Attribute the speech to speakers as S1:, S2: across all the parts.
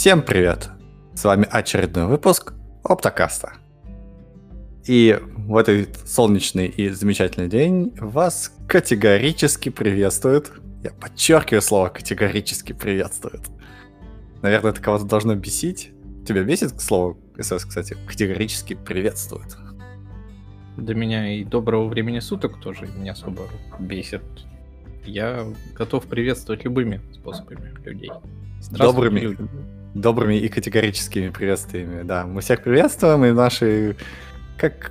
S1: Всем привет! С вами очередной выпуск Оптокаста. И в этот солнечный и замечательный день вас категорически приветствует. Я подчеркиваю слово «категорически приветствует». Наверное, это кого-то должно бесить. Тебя бесит слово СС, кстати? Категорически приветствует.
S2: Да меня и доброго времени суток тоже не особо бесит. Я готов приветствовать любыми способами людей.
S1: Добрыми и категорическими приветствиями. Да, мы всех приветствуем, и наши... Как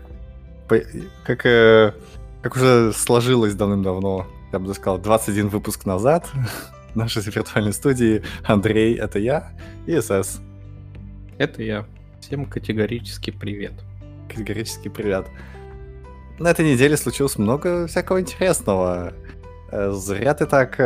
S1: уже сложилось давным-давно, я бы сказал, 21 выпуск назад, в нашей виртуальной студии Андрей, это я, и СС.
S2: Это я. Всем категорически привет.
S1: Категорически привет. На этой неделе случилось много всякого интересного. Зря ты так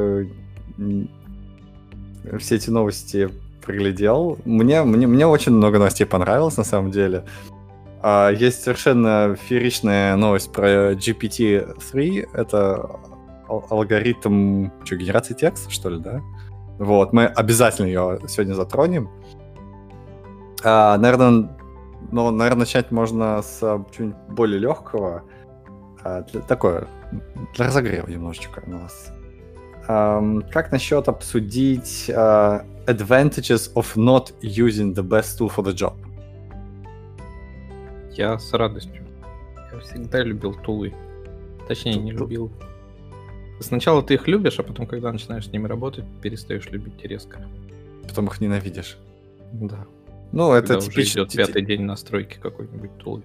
S1: все эти новости проглядел. Мне очень много новостей понравилось, на самом деле. Есть совершенно фееричная новость про GPT-3. Это алгоритм генерации текста, что ли, да? Вот, мы обязательно ее сегодня затронем. Наверное, начать можно с чего-нибудь более легкого. Такое, для разогрева немножечко у нас. Как насчет обсудить advantages of not using the best tool for the job?
S2: Я с радостью. Я всегда любил тулы. Точнее, не любил. Сначала ты их любишь, а потом, когда начинаешь с ними работать, перестаешь любить резко.
S1: Потом их ненавидишь.
S2: Да.
S1: Ну,
S2: когда
S1: это
S2: уже идет пятый день настройки какой-нибудь тулы.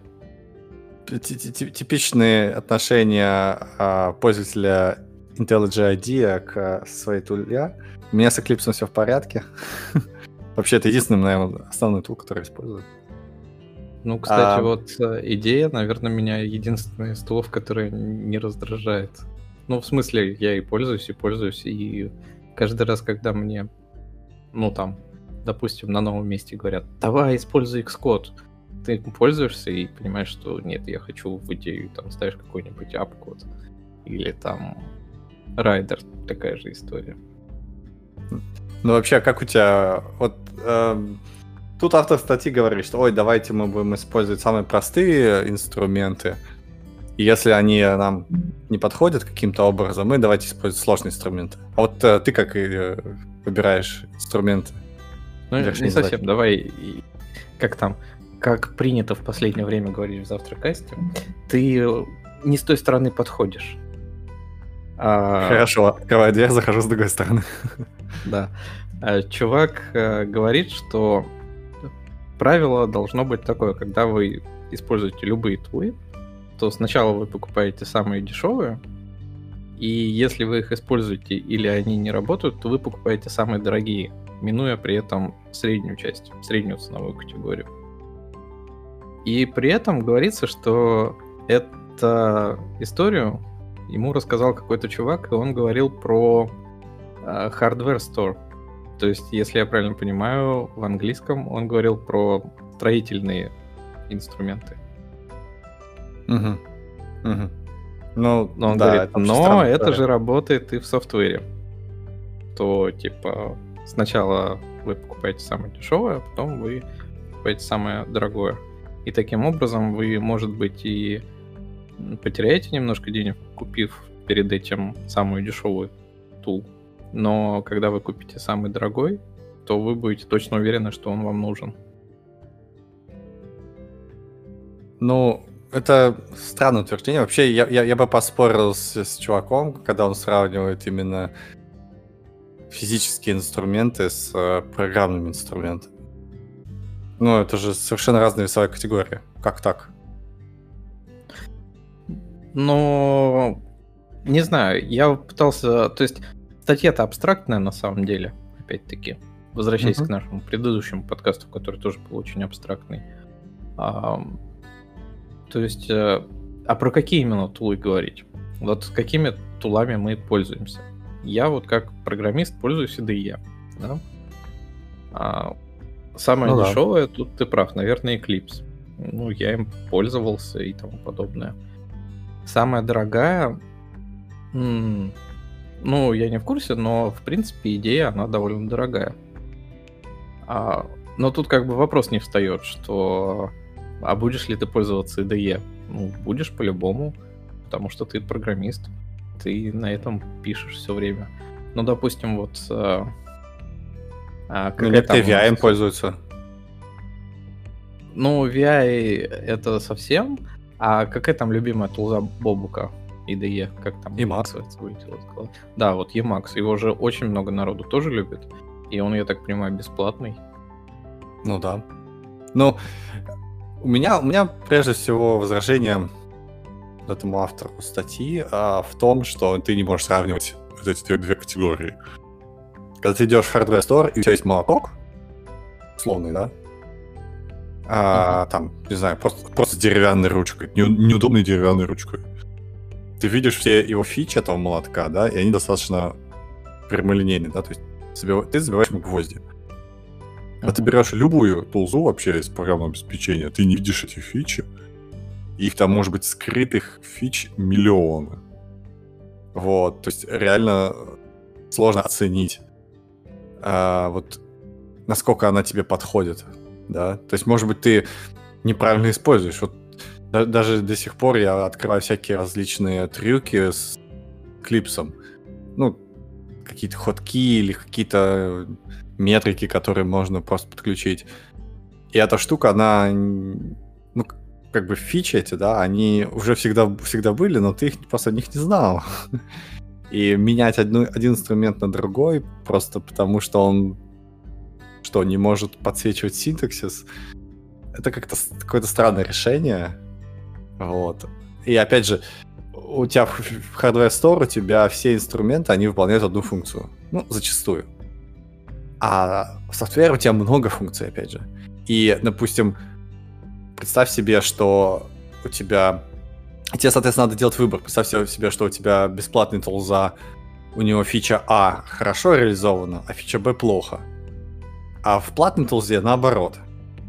S1: Типичные отношения пользователя IntelliJ IDEA к своей туле. У меня с Eclipse все в порядке. Вообще, это единственный, наверное, основной тул, который я использую.
S2: Ну, кстати, вот идея, наверное, меня единственная из тулов, которая не раздражает. Ну, в смысле, я и пользуюсь, и каждый раз, когда мне, допустим, на новом месте говорят, давай, используй Xcode, ты пользуешься и понимаешь, что нет, я хочу в идею, там, ставишь какой-нибудь апкод, или там райдер, такая же история.
S1: Ну, вообще, как у тебя, вот... Тут автор статьи говорит, что ой, давайте мы будем использовать самые простые инструменты, и если они нам не подходят каким-то образом, мы давайте использовать сложные инструменты. А вот ты как выбираешь инструменты?
S2: Ну, не совсем, давай, как принято в последнее время говорить в Завтракасте, ты не с той стороны подходишь.
S1: Хорошо, открываю дверь, захожу с другой стороны.
S2: Да. Чувак говорит, что правило должно быть такое, когда вы используете любые тулы, то сначала вы покупаете самые дешевые, и если вы их используете или они не работают, то вы покупаете самые дорогие, минуя при этом среднюю часть, среднюю ценовую категорию. И при этом говорится, что эту историю ему рассказал какой-то чувак, и он говорил про hardware store. То есть, если я правильно понимаю, в английском он говорил про строительные инструменты.
S1: Угу. Ну,
S2: но он говорит, но это же работает и в софтвере. То, типа, сначала вы покупаете самое дешевое, а потом вы покупаете самое дорогое. И таким образом вы, может быть, и потеряете немножко денег, купив перед этим самую дешевую тул. Но когда вы купите самый дорогой, то вы будете точно уверены, что он вам нужен.
S1: Ну, это странное утверждение. Вообще, я бы поспорил с чуваком, когда он сравнивает именно физические инструменты с программными инструментами. Ну, это же совершенно разные весовые категории. Как так?
S2: Ну, не знаю. Я пытался... То есть, статья-то абстрактная на самом деле, опять-таки. Возвращаясь к нашему предыдущему подкасту, который тоже был очень абстрактный. То есть, а про какие именно тулы говорить? Вот какими тулами мы пользуемся? Я вот как программист пользуюсь IDE. Да? Самое дешевое, тут ты прав, наверное, Eclipse. Ну, я им пользовался и тому подобное. Самая дорогая... Ну, я не в курсе, но, в принципе, идея, она довольно дорогая. Но тут как бы вопрос не встает, что а будешь ли ты пользоваться IDE? Ну, будешь по-любому, потому что ты программист, ты на этом пишешь все время. Ну, допустим, вот...
S1: Ну, некоторые VI пользуются.
S2: Ну, VI это совсем. А какая там любимая тулза Бобука? IDE, как там?
S1: Emacs.
S2: Да, вот Emacs. Его же очень много народу тоже любит. И он, я так понимаю, бесплатный.
S1: Ну да. Ну, у меня прежде всего возражение этому автору статьи в том, что ты не можешь сравнивать вот эти две категории. Когда ты идешь в Hardware Store, и у тебя есть молоток, условный, да? Там, не знаю, просто с деревянной ручкой, неудобной деревянной ручкой. Ты видишь все его фичи этого молотка, да, и они достаточно прямолинейные, да, то есть ты забиваешь ему гвозди. А ты берешь любую тулзу вообще из программного обеспечения, ты не видишь эти фичи, их там может быть скрытых фич миллионы. Вот, то есть реально сложно оценить, вот насколько она тебе подходит, да. То есть, может быть, ты неправильно используешь. Вот даже до сих пор я открываю всякие различные трюки с клипсом. Ну, какие-то ходки или какие-то метрики, которые можно просто подключить. И эта штука, она, ну, как бы фичи эти, да, они уже всегда были, но ты просто о них не знал. И менять один инструмент на другой, просто потому что он не может подсвечивать синтаксис, это как-то какое-то странное решение. Вот. И опять же, у тебя в Hardware Store у тебя все инструменты, они выполняют одну функцию. Ну, зачастую. А в софтвере у тебя много функций, опять же. И, допустим, представь себе, что у тебя... Тебе, соответственно, надо делать выбор. Представь себе, что у тебя бесплатный тулза, у него фича А хорошо реализована, а фича Б плохо. А в платной тулзе наоборот.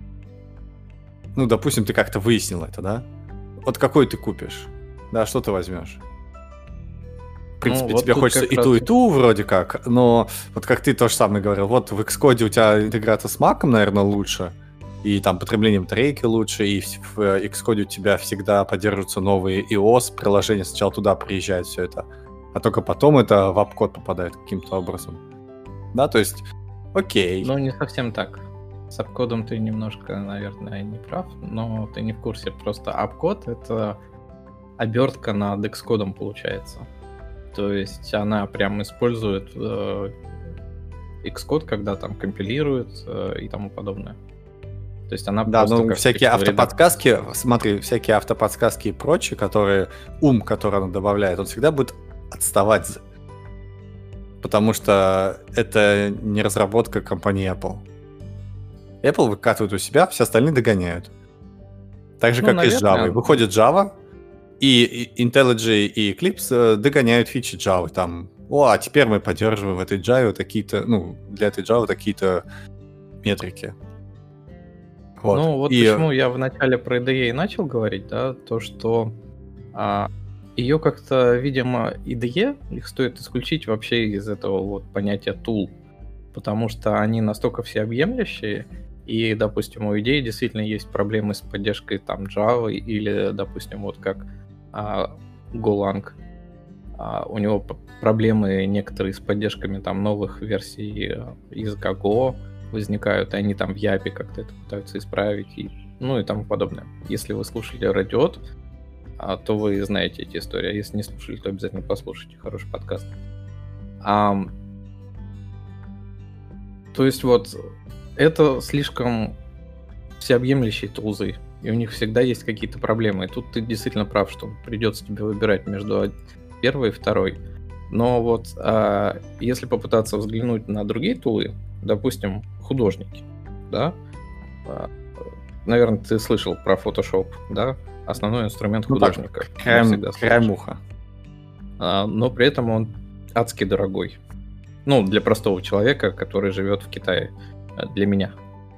S1: Ну, допустим, ты как-то выяснил это, да? Вот какой ты купишь? Да, что ты возьмешь? В принципе, вот тебе хочется и ту, вроде как, но вот как ты тоже самое говорил, вот в Xcode у тебя интеграция с Mac'ом, наверное, лучше, и там потребление батарейки лучше, и в Xcode у тебя всегда поддерживаются новые iOS-приложения, сначала туда приезжает все это, а только потом это в апкод попадает каким-то образом. Да, то есть, окей.
S2: Ну, не совсем так. С апкодом ты немножко, наверное, не прав, но ты не в курсе. Просто апкод — это обертка над Xcode, получается. То есть она прям использует Xcode, когда там компилирует и тому подобное. То есть она
S1: да, ну всякие автоподсказки, смотри, всякие автоподсказки и прочее, который она добавляет, он всегда будет отставать. Потому что это не разработка компании Apple. Apple выкатывает у себя, все остальные догоняют. Так же, как и с Java. Выходит Java, и IntelliJ и Eclipse догоняют фичи Java. Там, а теперь мы поддерживаем в этой Java такие-то, для этой Java такие-то метрики.
S2: Вот. Ну, вот почему я вначале про IDE и начал говорить, да, то, что ее как-то, видимо, IDE, их стоит исключить вообще из этого вот понятия tool, потому что они настолько всеобъемлющие, и, допустим, у IDE действительно есть проблемы с поддержкой там Java или, допустим, вот как Golang. У него проблемы некоторые с поддержками там новых версий языка Go возникают, и они там в Япе как-то это пытаются исправить, и тому подобное. Если вы слушали Radiot, то вы знаете эти истории. А если не слушали, то обязательно послушайте. Хороший подкаст. То есть вот это слишком всеобъемлющие тулзы, и у них всегда есть какие-то проблемы. И тут ты действительно прав, что придется тебе выбирать между первой и второй. Но вот если попытаться взглянуть на другие тулы, допустим, художники, да, наверное, ты слышал про Photoshop, да, основной инструмент художника.
S1: Краем уха.
S2: Но при этом он адски дорогой. Ну, для простого человека, который живет в Китае. Для меня.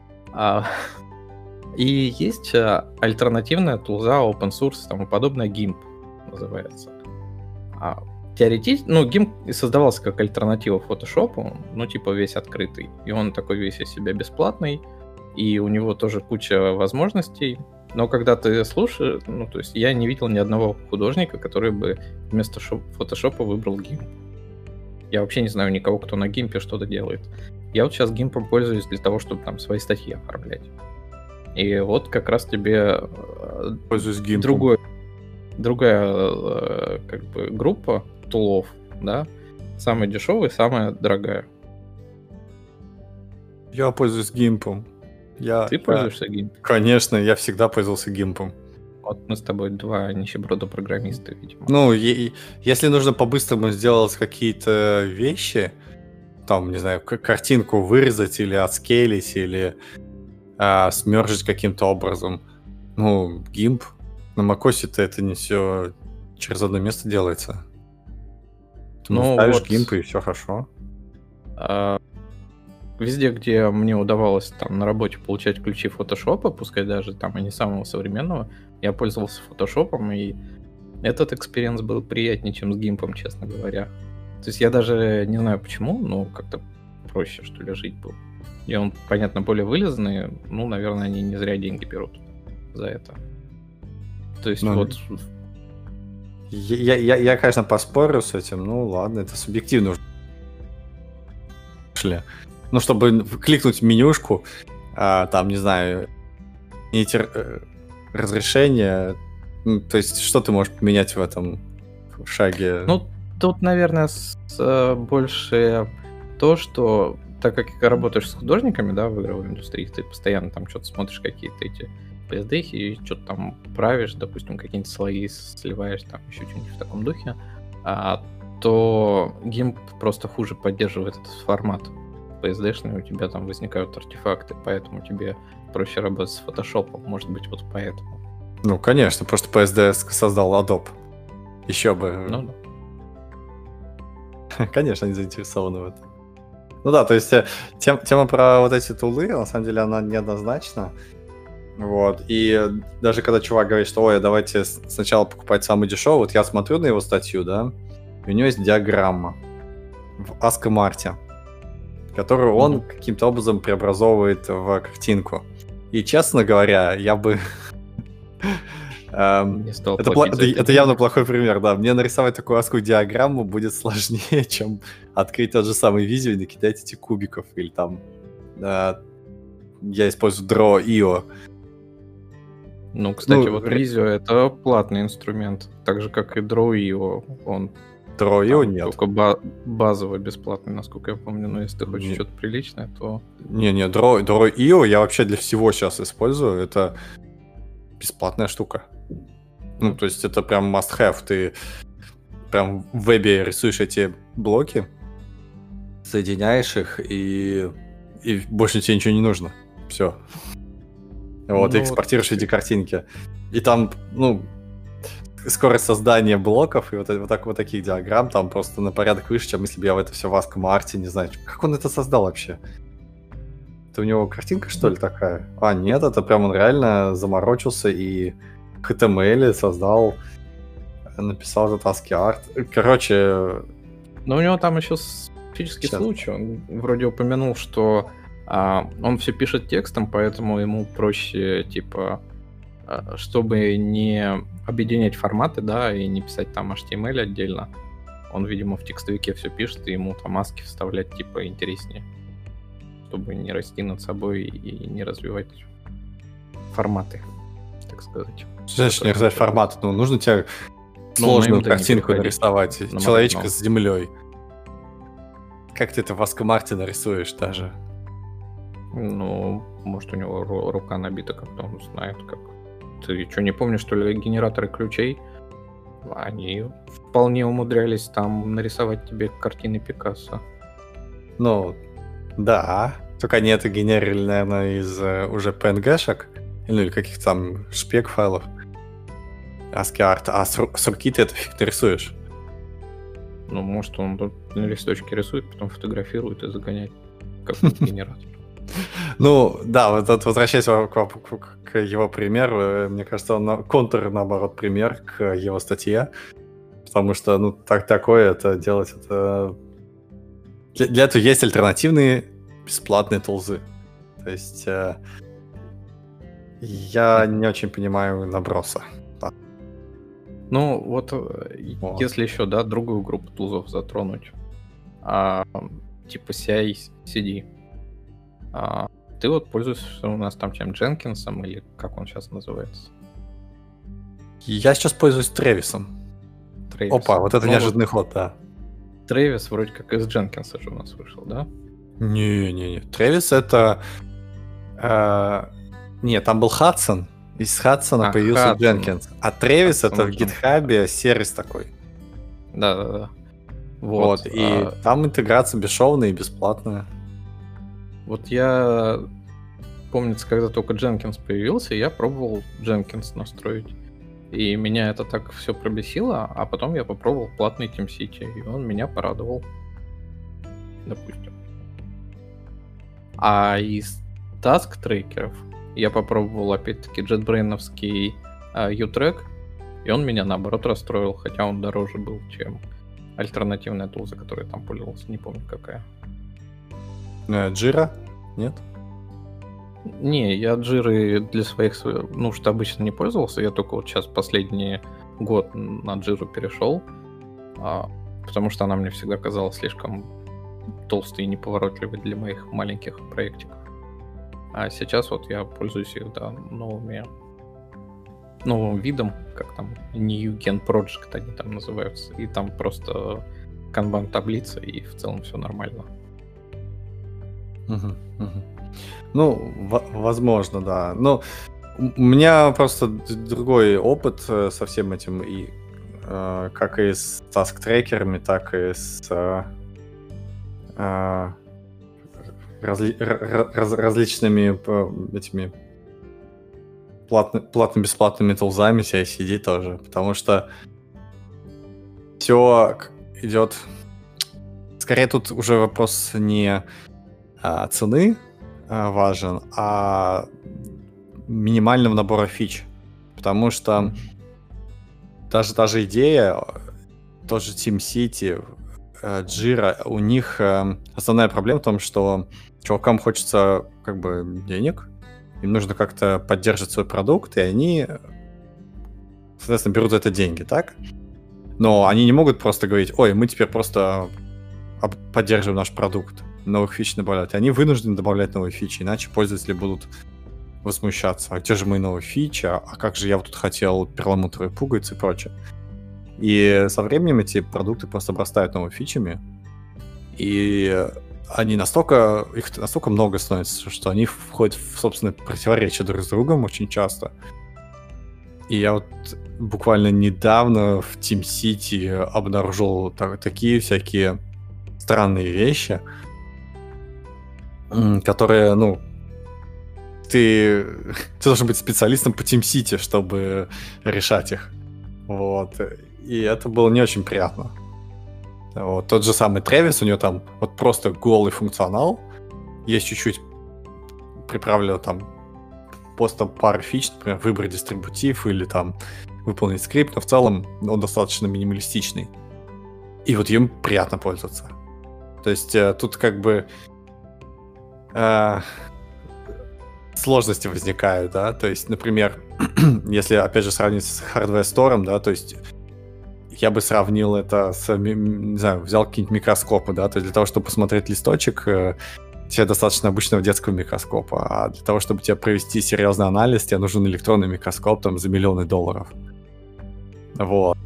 S2: И есть альтернативная тулза, open source, тому подобное, GIMP называется. теоретически, ну, GIMP создавался как альтернатива фотошопу, ну, типа весь открытый. И он такой весь из себя бесплатный, и у него тоже куча возможностей. Но когда ты слушаешь, ну, то есть я не видел ни одного художника, который бы вместо фотошопа выбрал GIMP. Я вообще не знаю никого, кто на GIMP что-то делает. Я вот сейчас GIMP пользуюсь для того, чтобы там свои статьи оформлять. И вот как раз тебе
S1: Пользуюсь GIMP.
S2: другая как бы группа тулов, да, самая дешевая, самая дорогая.
S1: Я пользуюсь GIMP.
S2: Ты пользуешься GIMP?
S1: Конечно, я всегда пользовался GIMP.
S2: Вот мы с тобой два нищеброда-программиста, видимо.
S1: Ну, если нужно по-быстрому сделать какие-то вещи, там, не знаю, картинку вырезать или отскейлить, или смержить каким-то образом, ну, GIMP. На macOS-то это не все через одно место делается. Ты ставишь
S2: вот,
S1: GIMP, и все хорошо.
S2: Везде, где мне удавалось там на работе получать ключи фотошопа, пускай даже там и не самого современного, я пользовался фотошопом, и этот экспириенс был приятнее, чем с GIMP, честно говоря. То есть я даже не знаю почему, но как-то проще, что ли, жить был. И он, понятно, более вылизанный, ну, наверное, они не зря деньги берут за это. То есть вот...
S1: Я, конечно, поспорю с этим, ну ладно, это субъективно уже. Ну, чтобы кликнуть в менюшку, там, не знаю, эти разрешения, ну, то есть что ты можешь поменять в этом шаге?
S2: Ну, тут, наверное, больше то, что так как работаешь с художниками, да, в игровой индустрии, ты постоянно там что-то смотришь, какие-то эти PSD и что-то там правишь, допустим, какие-нибудь слои сливаешь, там еще что-нибудь в таком духе, то GIMP просто хуже поддерживает этот формат. PSD-шный, у тебя там возникают артефакты, поэтому тебе проще работать с Photoshop, может быть, вот поэтому.
S1: Ну, конечно, просто PSD создал Adobe. Еще бы.
S2: Ну,
S1: да. Конечно, они заинтересованы в этом. Ну да, то есть тема про вот эти тулы, на самом деле, она неоднозначна. Вот. И даже когда чувак говорит, что ой, давайте сначала покупать самый дешевый, вот я смотрю на его статью, да, и у него есть диаграмма в Ascomart, которую он каким-то образом преобразовывает в картинку. И, честно говоря, я бы... Это явно плохой пример, да. Мне нарисовать такую адскую диаграмму будет сложнее, чем открыть тот же самый Visio и накидать эти кубиков. Или там... Я использую Draw.io.
S2: Ну, кстати, вот Visio — это платный инструмент. Так же, как и Draw.io. Он
S1: Draw.io нет.
S2: Только базовый, бесплатный, насколько я помню. Но если ты хочешь что-то приличное, то...
S1: Не, Draw.io я вообще для всего сейчас использую. Это бесплатная штука. Ну, то есть это прям must-have. Ты прям в вебе рисуешь эти блоки, соединяешь их, и больше тебе ничего не нужно. Все. Вот, ты экспортируешь в виде картинки. И там, ну, скорость создания блоков и вот таких диаграмм там просто на порядок выше, чем если бы я в это все в Ascomart, не знаю. Как он это создал вообще? Это у него картинка, что ли, такая? А, нет, это прям он реально заморочился и в HTML создал, написал этот ASCII-арт. Короче...
S2: Но у него там еще специфический случай. Он вроде упомянул, что он все пишет текстом, поэтому ему проще, типа, чтобы не объединять форматы, да, и не писать там HTML отдельно. Он, видимо, в текстовике все пишет, и ему там аски вставлять, типа, интереснее. Чтобы не расти над собой и не развивать форматы, так сказать.
S1: Значит, не развивать форматы. Ну, нужно тебе сложную картинку нарисовать. Человечка с землей. Как ты это в Ascomart нарисуешь даже?
S2: Ну, может, у него рука набита как-то, он знает как. Ты что, не помнишь, что ли, генераторы ключей? Они вполне умудрялись там нарисовать тебе картины Пикассо.
S1: Ну, да. Только они это генерили, наверное, из уже PNG-шек, или каких-то там шпек-файлов. ASCII-арт. А с руки ты это фиг нарисуешь.
S2: Ну, может, он на листочке рисует, потом фотографирует и загоняет какой-то генератор.
S1: Ну, да, вот возвращаясь к его примеру, мне кажется, он контр, наоборот, пример к его статье. Потому что, ну, такое это делать, это... Для этого есть альтернативные бесплатные тулзы. То есть я не очень понимаю наброса.
S2: Ну, вот если еще, да, другую группу тулзов затронуть, типа CI/CD, ты вот пользуешься у нас там чем, Дженкинсом или как он сейчас называется?
S1: Я сейчас пользуюсь Тревисом. Опа, вот это неожиданный ход, да.
S2: Тревис вроде как из Дженкинса же у нас вышел, да?
S1: Не-не-не, Тревис это... Нет, там был Хадсон. Из Хадсона появился Дженкинс. А Тревис это в GitHub сервис такой.
S2: Да.
S1: Вот, и там интеграция бесшовная и бесплатная.
S2: Вот я, помнится, когда только Jenkins появился, я пробовал Jenkins настроить. И меня это так все пробесило, а потом я попробовал платный TeamCity, и он меня порадовал. Допустим. А из таск-трекеров я попробовал, опять-таки, JetBrains-овский U-Track, и он меня, наоборот, расстроил, хотя он дороже был, чем альтернативная тулза, которой я там пользовался, не помню какая.
S1: Jira? Нет?
S2: Не, я Jira для своих нужд обычно не пользовался, я только вот сейчас последний год на Jira перешел, потому что она мне всегда казалась слишком толстой и неповоротливой для моих маленьких проектиков. А сейчас вот я пользуюсь их, да, новым видом, как там, New Gen Project они там называются, и там просто канбан-таблица, и в целом все нормально.
S1: Ну, возможно, да. Но у меня просто другой опыт со всем этим, и как и с таск-трекерами, так и с различными этими платно-бесплатными тулзами CI/CD тоже, потому что все идет... Скорее тут уже вопрос не цены важен, а минимального набора фич. Потому что даже идея, тот же TeamCity, Jira, у них основная проблема в том, что чувакам хочется как бы денег, им нужно как-то поддерживать свой продукт, и они, соответственно, берут за это деньги, так? Но они не могут просто говорить: ой, мы теперь просто поддерживаем наш продукт, новых фич добавлять. Они вынуждены добавлять новые фичи, иначе пользователи будут возмущаться. А где же мои новые фичи? А как же я вот тут хотел перламутровые пуговицы и прочее. И со временем эти продукты просто обрастают новыми фичами, и они их настолько много становится, что они входят в собственное противоречие друг с другом очень часто. И я вот буквально недавно в TeamCity обнаружил такие всякие странные вещи, которые, ты должен быть специалистом по TeamCity, чтобы решать их. Вот. И это было не очень приятно. Вот. Тот же самый Travis, у него там вот просто голый функционал. Есть чуть-чуть приправлено там просто пару фич, например, выбрать дистрибутив или там выполнить скрипт, но в целом он достаточно минималистичный. И вот им приятно пользоваться. То есть тут как бы сложности возникают, да, то есть, например, если, опять же, сравнить с Hardware Store, да, то есть я бы сравнил это с, не знаю, взял какие-нибудь микроскопы, да, то есть для того, чтобы посмотреть листочек, тебе достаточно обычного детского микроскопа, а для того, чтобы тебе провести серьезный анализ, тебе нужен электронный микроскоп там за $миллионы. Вот.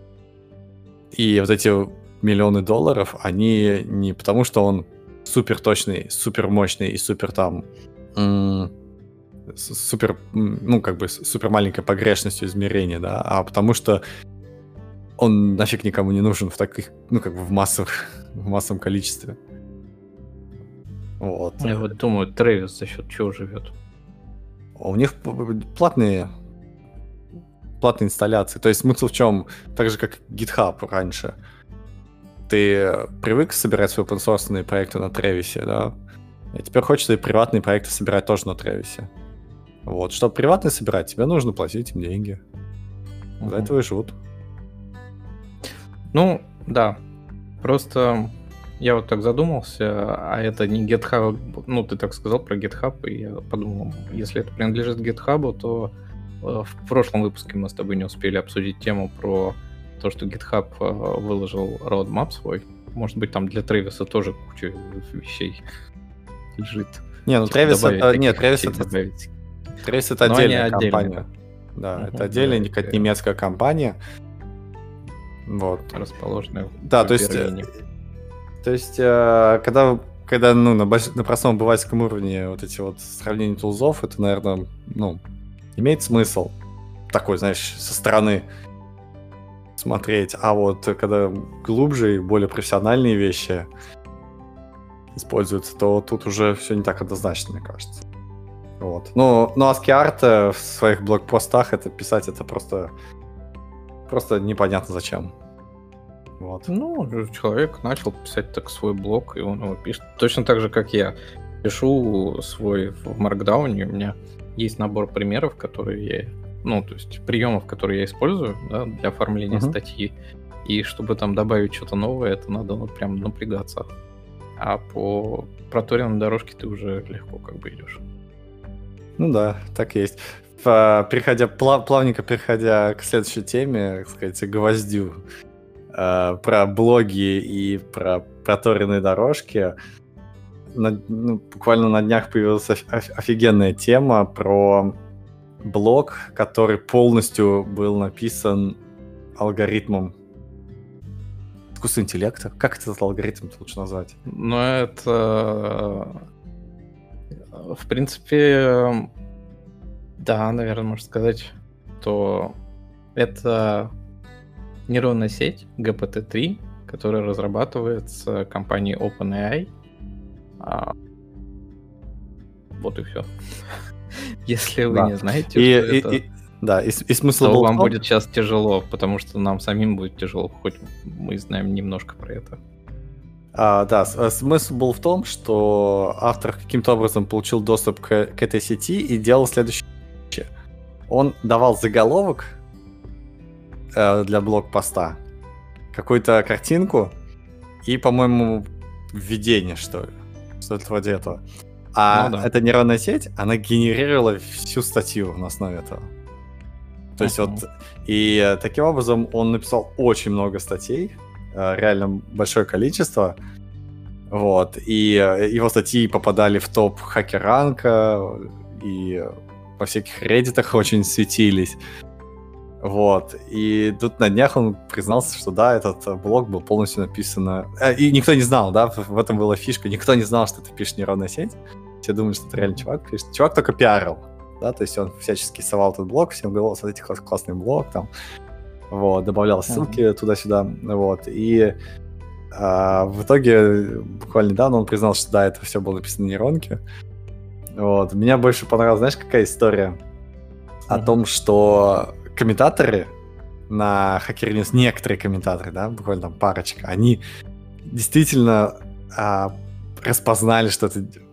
S1: И вот эти $миллионы, они не потому, что он супер точный, супер мощный и супер там супер, как бы супер маленькой погрешностью измерения, да, а потому что он нафиг никому не нужен в таких, как бы в массовом количестве. Вот.
S2: Я вот думаю, Travis за счет чего живет?
S1: У них платные инсталляции. То есть смысл в чем? Так же, как GitHub раньше. Ты привык собирать свои open-source проекты на Travis, да? И теперь хочется и приватные проекты собирать тоже на Travis. Вот. Чтобы приватные собирать, тебе нужно платить им деньги. За этого и живут.
S2: Ну, да. Просто я вот так задумался, а это не GitHub. Ну, ты так сказал про GitHub, и я подумал, если это принадлежит GitHub, то в прошлом выпуске мы с тобой не успели обсудить тему про то, что GitHub выложил roadmap свой. Может быть, там для Трэвиса тоже куча вещей лежит.
S1: Не, ну
S2: Типа
S1: Travis
S2: добавить
S1: это...
S2: таких
S1: Нет, Travis
S2: вещей,
S1: это...
S2: добавить.
S1: Travis это
S2: Но они
S1: отдельная
S2: отдельные.
S1: компания. Да, это
S2: Мгм,
S1: отдельная
S2: да,
S1: какая-то
S2: это
S1: немецкая компания. Вот.
S2: расположенные
S1: Да,
S2: в
S1: то есть,
S2: Берлине.
S1: когда ну, на простом обывательском уровне вот эти вот сравнения тулзов, это, наверное, ну, имеет смысл такой, знаешь, со стороны смотреть. А вот когда глубже и более профессиональные вещи используются, то тут уже все не так однозначно, мне кажется. Вот. Но ASCII-Art в своих блогпостах это писать, это просто непонятно зачем. Вот.
S2: Ну, человек начал писать так свой блог, и он его пишет. Точно так же, как я пишу свой в Markdown. У меня есть набор примеров, которые я... Ну, то есть приемов, которые я использую, да, для оформления статьи. И чтобы там добавить что-то новое, это надо прям напрягаться. А по проторенной дорожке ты уже легко как бы идешь.
S1: Ну да, так и есть. Плавненько переходя к следующей теме, так сказать, гвоздю, про блоги и про проторенные дорожки. Буквально на днях появилась офигенная тема про блог, который полностью был написан алгоритмом искусственного интеллекта. Как этот алгоритм лучше назвать?
S2: Ну, это... В принципе, да, наверное, можно сказать, что это нейронная сеть GPT-3, которая разрабатывается компанией OpenAI. Вот и все. Если вы не знаете, что это...
S1: Да, и смысл
S2: то
S1: был
S2: вам
S1: в том...
S2: будет сейчас тяжело, потому что нам самим будет тяжело, хоть мы знаем немножко про это.
S1: Да, смысл был в том, что автор каким-то образом получил доступ к этой сети и делал следующее. Он давал заголовок для блог-поста, какую-то картинку и, по-моему, введение, что ли. Что-то вроде этого. Эта нейронная сеть, она генерировала всю статью на основе этого. То есть вот... И таким образом он написал очень много статей, реально большое количество. Вот. И его статьи попадали в топ хакеранка, и во всяких реддитах очень светились. Вот. И тут на днях он признался, что да, этот блог был полностью написан... И никто не знал, да, в этом была фишка. Никто не знал, что это пишет нейронная сеть. Все думали, что это реально чувак пишет. Чувак только пиарил, да, то есть он всячески совал этот блог, всем говорил, смотрите, классный блог, там, вот, добавлял ссылки туда-сюда, вот, и в итоге буквально недавно он признал, что да, это все было написано на нейронке. Вот. Меня больше понравилась, знаешь, какая история? О том, что комментаторы на Hacker News, некоторые комментаторы, да, буквально там парочка, они действительно распознали, что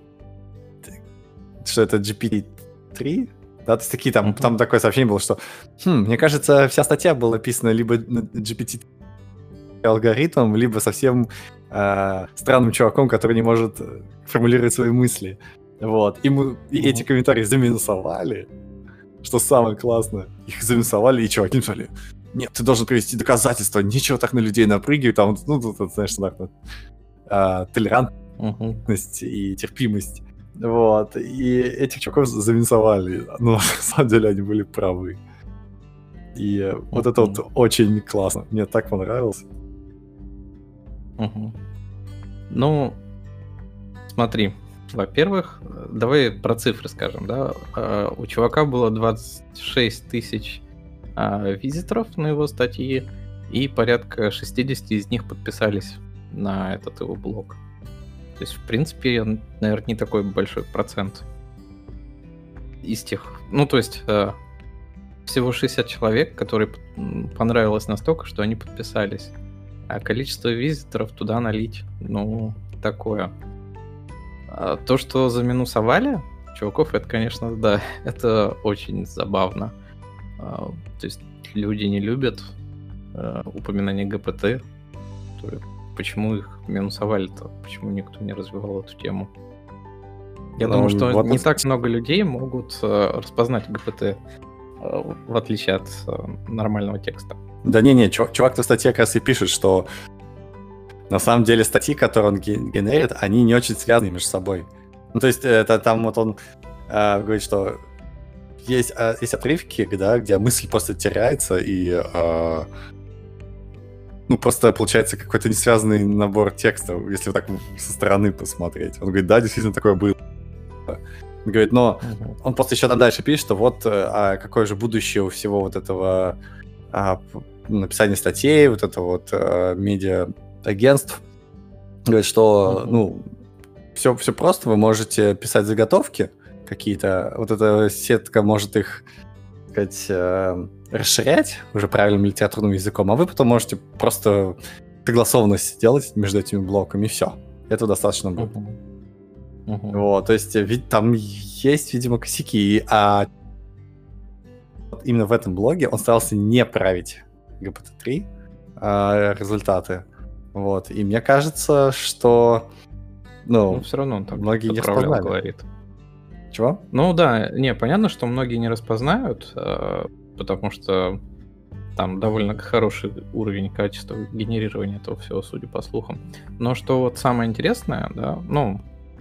S1: это GPT-3, да, то есть такие там такое сообщение было, что, мне кажется, вся статья была написана либо на GPT алгоритмом, либо совсем странным чуваком, который не может формулировать свои мысли. Вот. И эти комментарии заминусовали, что самое классное. Их заминусовали, и чуваки написали: нет, ты должен привести доказательства, нечего так на людей напрыгивать, там, ну, тут, знаешь, толерантность и терпимость. Вот. И этих чуваков заминусовали. Но на самом деле они были правы. И вот это вот очень классно. Мне так понравилось.
S2: Ну, смотри. Во-первых, давай про цифры скажем, да. У чувака было 26 тысяч визиторов на его статьи, и порядка 60 из них подписались на этот его блог. То есть, в принципе, наверное, не такой большой процент из тех... Ну, то есть, всего 60 человек, которые понравилось настолько, что они подписались. А количество визиторов туда налить, ну, такое. А то, что заминусовали чуваков, это, конечно, да, это очень забавно. То есть, люди не любят упоминание ГПТ, то почему их минусовали-то? Почему никто не развивал эту тему? Я думаю, что
S1: вот
S2: не
S1: это-
S2: так много людей могут распознать ГПТ, в отличие от нормального текста.
S1: Да не, чувак в статье как раз и пишет, что на самом деле статьи, которые он генерит, они не очень связаны между собой. Ну, то есть, это там вот он говорит, что есть отрывки, да, где мысль просто теряется, и ну, просто получается какой-то несвязанный набор текста, если вот так со стороны посмотреть. Он говорит, да, действительно такое было. Он говорит, но он просто еще дальше пишет, что вот какое же будущее у всего вот этого написания статей, вот это вот медиа-агентств. Говорит, что, ну, все просто, вы можете писать заготовки какие-то, вот эта сетка может их, так сказать, расширять уже правильным литературным языком, а вы потом можете просто согласованность делать между этими блоками, и все. Этого достаточно будет. Вот, то есть там есть, видимо, косяки, а именно в этом блоге он старался не править GPT-3 результаты. Вот, и мне кажется, что
S2: Ну, все равно он там
S1: многие не
S2: правильно
S1: распознали.
S2: говорит.
S1: Чего?
S2: Ну да, понятно, что многие не распознают, потому что там довольно хороший уровень качества генерирования этого всего, судя по слухам. Но что вот самое интересное, да, ну,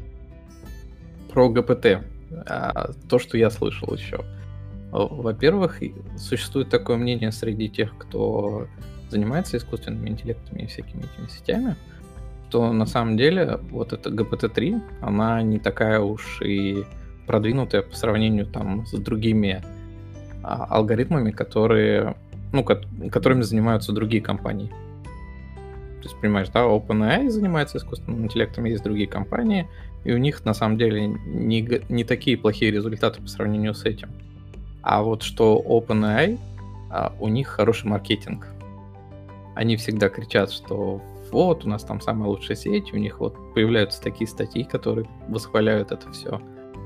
S2: про ГПТ, то, что я слышал еще. Во-первых, существует такое мнение среди тех, кто занимается искусственными интеллектами и всякими этими сетями, что на самом деле вот эта GPT-3, она не такая уж и продвинутая по сравнению там с другими алгоритмами, которые, которыми занимаются другие компании. То есть, понимаешь, да, OpenAI занимается искусственным интеллектом, есть другие компании, и у них на самом деле не такие плохие результаты по сравнению с этим. А вот что OpenAI, у них хороший маркетинг. Они всегда кричат, что вот, у нас там самая лучшая сеть, у них вот появляются такие статьи, которые восхваляют это все.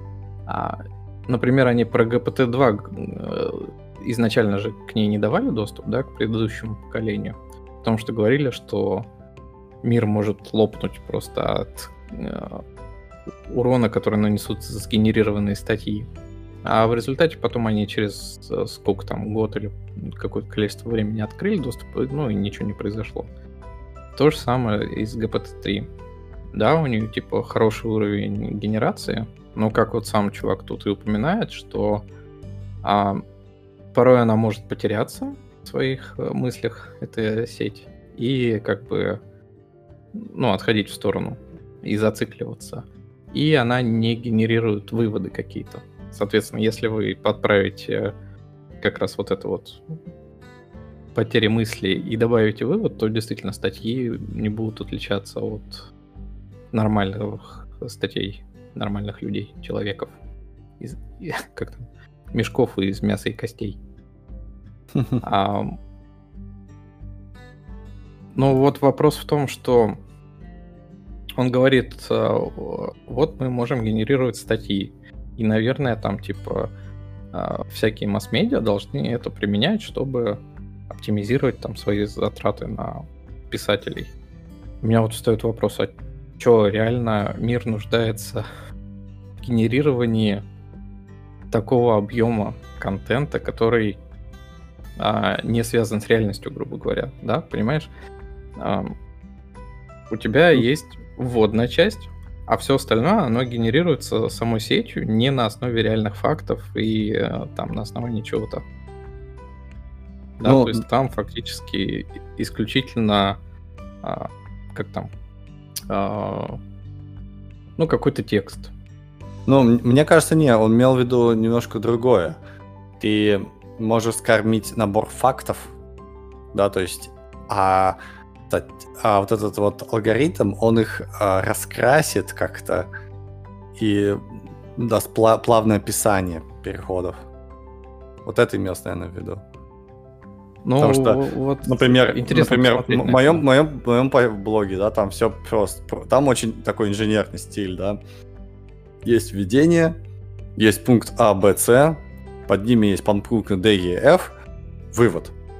S2: Например, они про GPT-2 изначально же к ней не давали доступ, да, к предыдущему поколению, потому что говорили, что мир может лопнуть просто от урона, который нанесут сгенерированные статьи. А в результате потом они через сколько там, год или какое-то количество времени открыли доступ, ну и ничего не произошло. То же самое и с GPT-3. Да, у нее типа хороший уровень генерации, но как вот сам чувак тут и упоминает, что порой она может потеряться в своих мыслях, эта сеть, и как бы отходить в сторону и зацикливаться. И она не генерирует выводы какие-то. Соответственно, если вы подправите как раз вот это вот потери мысли и добавите вывод, то действительно статьи не будут отличаться от нормальных статей, нормальных людей, человеков, мешков из мяса и костей. Но вот вопрос в том, что он говорит, вот мы можем генерировать статьи, и, наверное, там типа всякие масс-медиа должны это применять, чтобы оптимизировать там свои затраты на писателей. У меня вот встает вопрос, а что, реально мир нуждается в генерировании такого объема контента, который не связан с реальностью, грубо говоря, да, понимаешь? У тебя есть вводная часть, а все остальное, оно генерируется самой сетью не на основе реальных фактов и там на основании чего-то. Да, то есть там фактически исключительно какой-то текст.
S1: Мне кажется, не, он имел в виду немножко другое. Ты можешь скормить набор фактов, да, то есть, вот этот вот алгоритм, он их раскрасит как-то и даст плавное описание переходов. Вот это имелось, наверное, в виду. Потому что, вот, например, в моем блоге, да, там все просто. Там очень такой инженерный стиль, да. Есть введение, есть пункт А, Б, С, под ними есть подпункты D, E, F, вывод.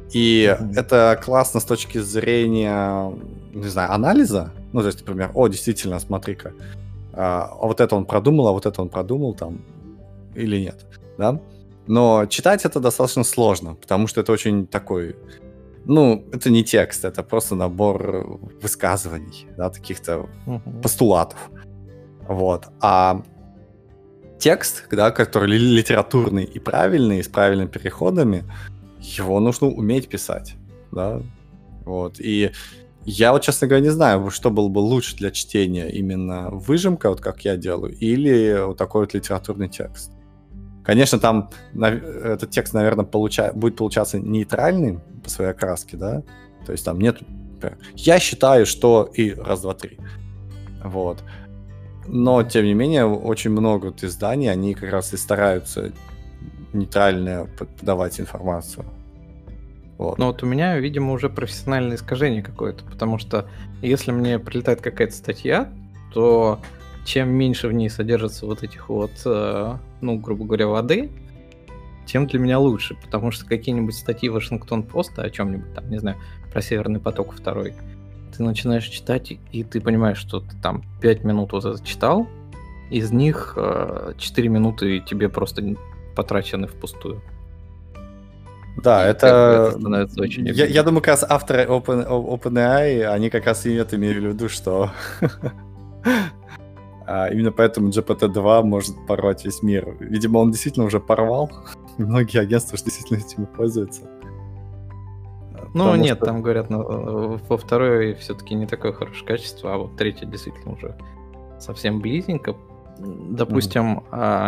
S1: И это классно с точки зрения, не знаю, анализа. Ну, то есть, например, действительно, смотри-ка, вот это он продумал, а вот это он продумал там или нет, да? Но читать это достаточно сложно, потому что это очень такой... Ну, это не текст, это просто набор высказываний, да, каких-то постулатов. Вот. А текст, да, который литературный и правильный, с правильными переходами, его нужно уметь писать, да. Вот. И я вот, честно говоря, не знаю, что было бы лучше для чтения, именно выжимка, вот как я делаю, или вот такой вот литературный текст. Конечно, там этот текст, наверное, будет получаться нейтральным по своей окраске, да? То есть там нет... Я считаю, что... И раз, два, три. Вот. Но, тем не менее, очень много вот изданий, они как раз и стараются нейтрально подавать информацию. Вот.
S2: Но вот у меня, видимо, уже профессиональное искажение какое-то, потому что если мне прилетает какая-то статья, то... чем меньше в ней содержится вот этих вот, ну, грубо говоря, воды, тем для меня лучше, потому что какие-нибудь статьи Вашингтон-Поста о чем-нибудь там, не знаю, про Северный поток 2, ты начинаешь читать, и ты понимаешь, что ты там 5 минут вот это читал, из них 4 минуты тебе просто потрачены впустую.
S1: Да,
S2: и
S1: это
S2: становится очень
S1: я думаю, как раз авторы OpenAI, они как раз и это имели в виду, что... Именно поэтому GPT-2 может порвать весь мир. Видимо, он действительно уже порвал. Многие агентства уж действительно этим пользуются.
S2: Ну, нет, там говорят, во второй все-таки не такое хорошее качество, а вот третье действительно уже совсем близенько. Допустим,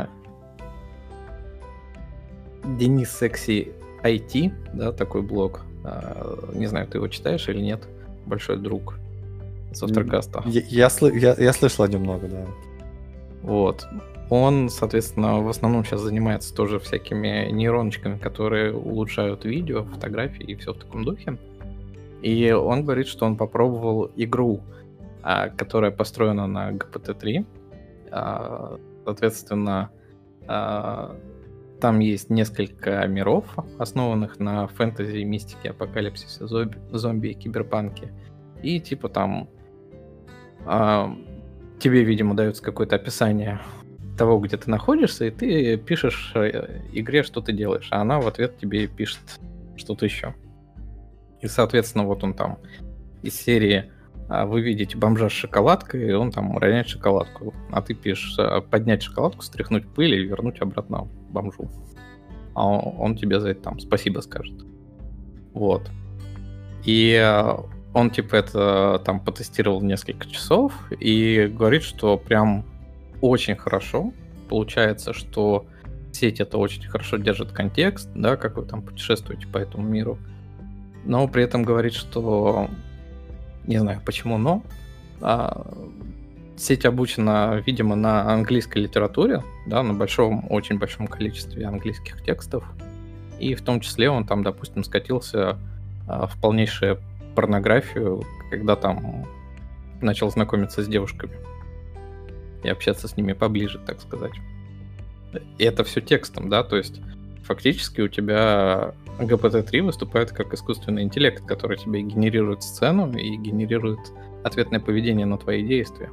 S2: Денис Секси IT, да, такой блог. Не знаю, ты его читаешь или нет? Большой друг Софтеркаста.
S1: Я слышал о нем много, да.
S2: Вот. Он, соответственно, в основном сейчас занимается тоже всякими нейроночками, которые улучшают видео, фотографии и все в таком духе. И он говорит, что он попробовал игру, которая построена на GPT-3. Соответственно, там есть несколько миров, основанных на фэнтези, мистике, апокалипсисе, зомби и киберпанке. И типа там тебе, видимо, дается какое-то описание того, где ты находишься, и ты пишешь игре, что ты делаешь, а она в ответ тебе пишет что-то еще. И, соответственно, вот он там из серии вы видите бомжа с шоколадкой, и он там роняет шоколадку. А ты пишешь поднять шоколадку, стряхнуть пыль и вернуть обратно бомжу. А он тебе за это там спасибо скажет. Вот. И он типа это там потестировал несколько часов и говорит, что прям очень хорошо. Получается, что сеть это очень хорошо держит контекст, да, как вы там путешествуете по этому миру. Но при этом говорит, что не знаю почему, но сеть обучена, видимо, на английской литературе, да, на очень большом количестве английских текстов. И в том числе он там, допустим, скатился в полнейшее порнографию, когда там начал знакомиться с девушками и общаться с ними поближе, так сказать. И это все текстом, да, то есть фактически у тебя GPT-3 выступает как искусственный интеллект, который тебе генерирует сцену и генерирует ответное поведение на твои действия.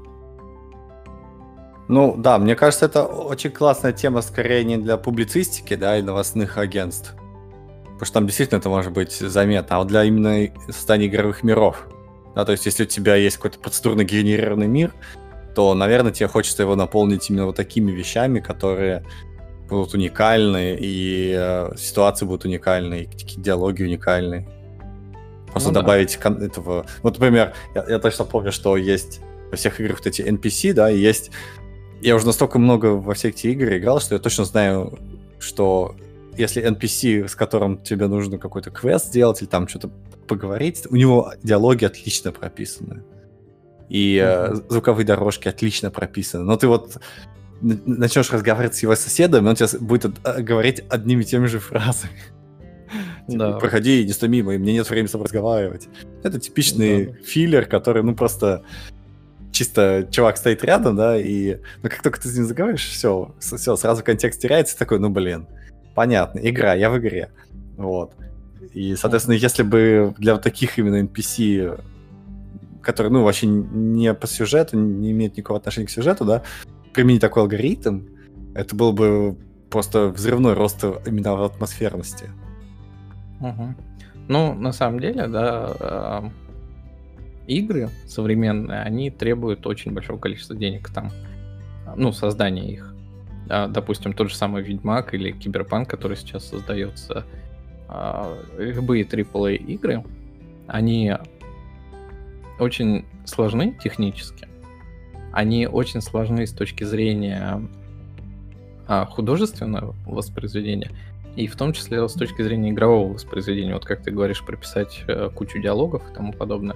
S1: Ну да, мне кажется, это очень классная тема скорее не для публицистики, да, и новостных агентств. Потому что там действительно это может быть заметно, а вот для именно создания игровых миров. Да, то есть если у тебя есть какой-то процедурно генерированный мир, то, наверное, тебе хочется его наполнить именно вот такими вещами, которые будут уникальны, и ситуации будут уникальны, и такие диалоги уникальные. Просто добавить этого... Вот, например, я точно помню, что есть во всех играх вот эти NPC, да, и есть... Я уже настолько много во все эти игры играл, что я точно знаю, что если NPC, с которым тебе нужно какой-то квест сделать или там что-то поговорить, у него диалоги отлично прописаны. И звуковые дорожки отлично прописаны. Но ты вот начнешь разговаривать с его соседом, и он тебе будет говорить одними и теми же фразами.
S2: Да.
S1: Типа, проходи, не стой мимо, и мне нет времени с тобой разговаривать. Это типичный филлер, который, ну, просто чисто чувак стоит рядом, да, и ну, как только ты с ним заговоришь, все, сразу контекст теряется, такой, ну, блин, понятно, игра, я в игре. Вот. И, соответственно, если бы для вот таких именно NPC, которые, ну, вообще не по сюжету, не имеют никакого отношения к сюжету, да, применить такой алгоритм, это был бы просто взрывной рост именно в атмосферности.
S2: Мгм. Ну, на самом деле, да, игры современные, они требуют очень большого количества денег там, ну, создание их. Допустим, тот же самый Ведьмак или Киберпанк, который сейчас создается, любые AAA игры, они очень сложны технически, они очень сложны с точки зрения художественного воспроизведения, и в том числе с точки зрения игрового воспроизведения. Вот как ты говоришь, прописать кучу диалогов и тому подобное.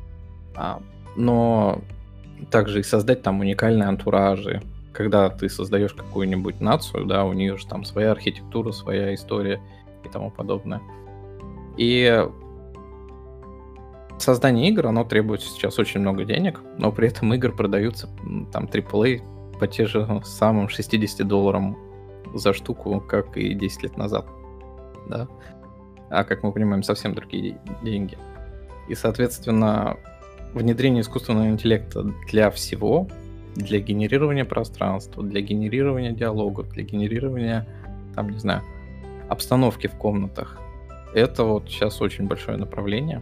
S2: Но также и создать там уникальные антуражи. Когда ты создаешь какую-нибудь нацию, да, у нее же там своя архитектура, своя история и тому подобное. И создание игр, оно требует сейчас очень много денег, но при этом игры продаются там AAA по те же самым $60 за штуку, как и 10 лет назад. Да? А как мы понимаем, совсем другие деньги. И, соответственно, внедрение искусственного интеллекта для всего, для генерирования пространства, для генерирования диалогов, для генерирования, там, не знаю, обстановки в комнатах, это вот сейчас очень большое направление.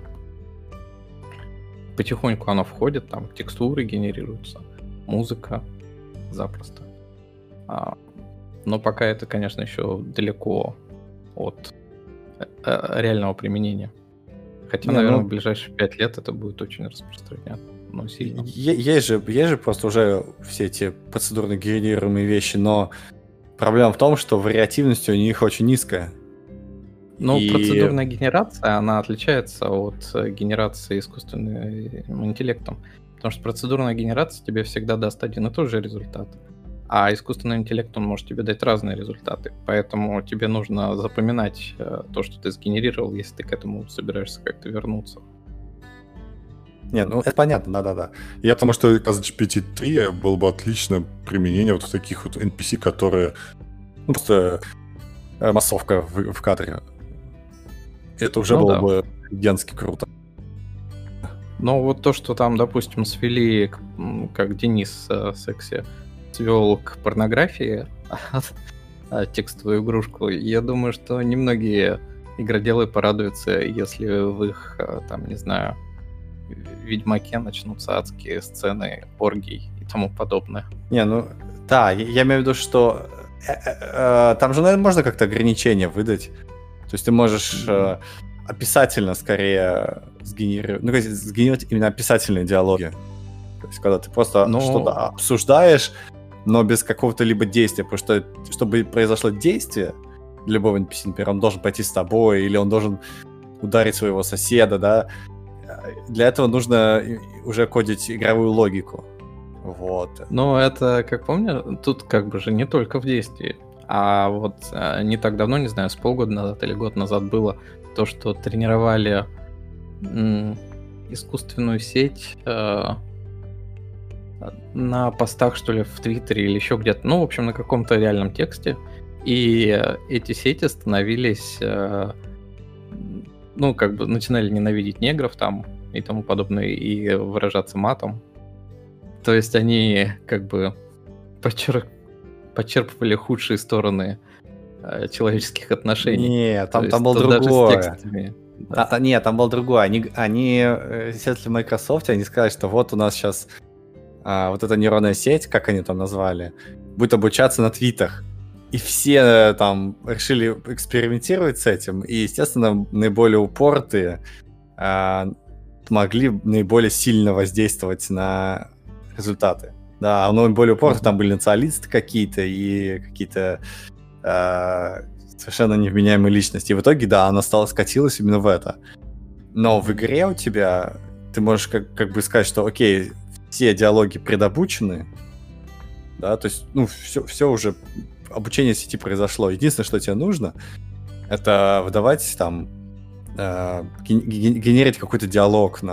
S2: Потихоньку оно входит, там текстуры генерируются, музыка запросто. Но пока это, конечно, еще далеко от реального применения. Хотя, наверное, в ближайшие 5 лет это будет очень распространено, но сильно.
S1: Есть же просто уже все эти процедурно генерируемые вещи, но проблема в том, что вариативность у них очень низкая.
S2: Ну, процедурная генерация, она отличается от генерации искусственным интеллектом. Потому что процедурная генерация тебе всегда даст один и тот же результат. А искусственный интеллект, он может тебе дать разные результаты. Поэтому тебе нужно запоминать то, что ты сгенерировал, если ты к этому собираешься как-то вернуться.
S1: Не, ну это понятно, да-да-да.
S3: Я потому что как раз GPT-3 было бы отличное применение вот в таких вот NPC, которые просто массовка в кадре. Это уже было бы офигенски круто.
S2: Но вот то, что там, допустим, свели, как Денис Секси свел к порнографии текстовую игрушку, я думаю, что немногие игроделы порадуются, если в их, там, не знаю, Ведьмаке начнутся адские сцены оргий и тому подобное.
S1: Не, ну, да, я имею в виду, что там же, наверное, можно как-то ограничения выдать. То есть ты можешь описательно скорее сгенерировать именно описательные диалоги. То есть когда ты просто что-то обсуждаешь, но без какого-то либо действия. Потому что, чтобы произошло действие для любого NPC, например, он должен пойти с тобой, или он должен ударить своего соседа, да. Для этого нужно уже кодить игровую логику. Вот.
S2: Ну, это, как помню, тут как бы же не только в действии. А вот не так давно, не знаю, с полгода назад или год назад было то, что тренировали искусственную сеть на постах, что ли, в Твиттере или еще где-то. Ну, в общем, на каком-то реальном тексте. И эти сети становились, ну, как бы начинали ненавидеть негров там и тому подобное, и выражаться матом. То есть они как бы подчерпывали худшие стороны человеческих отношений.
S1: Нет, там было другое. Нет, там было другое. Они исследователи Microsoft, они сказали, что вот у нас сейчас вот эта нейронная сеть, как они там назвали, будет обучаться на твитах. И все там решили экспериментировать с этим. И, естественно, наиболее упоротые могли наиболее сильно воздействовать на результаты. Да, но более упорно там были националисты какие-то и какие-то совершенно невменяемые личности. И в итоге, да, она скатилась именно в это. Но в игре у тебя ты можешь как бы сказать, что окей, все диалоги предобучены, да, то есть, ну, все уже, обучение сети произошло. Единственное, что тебе нужно, это выдавать там, генерить какой-то диалог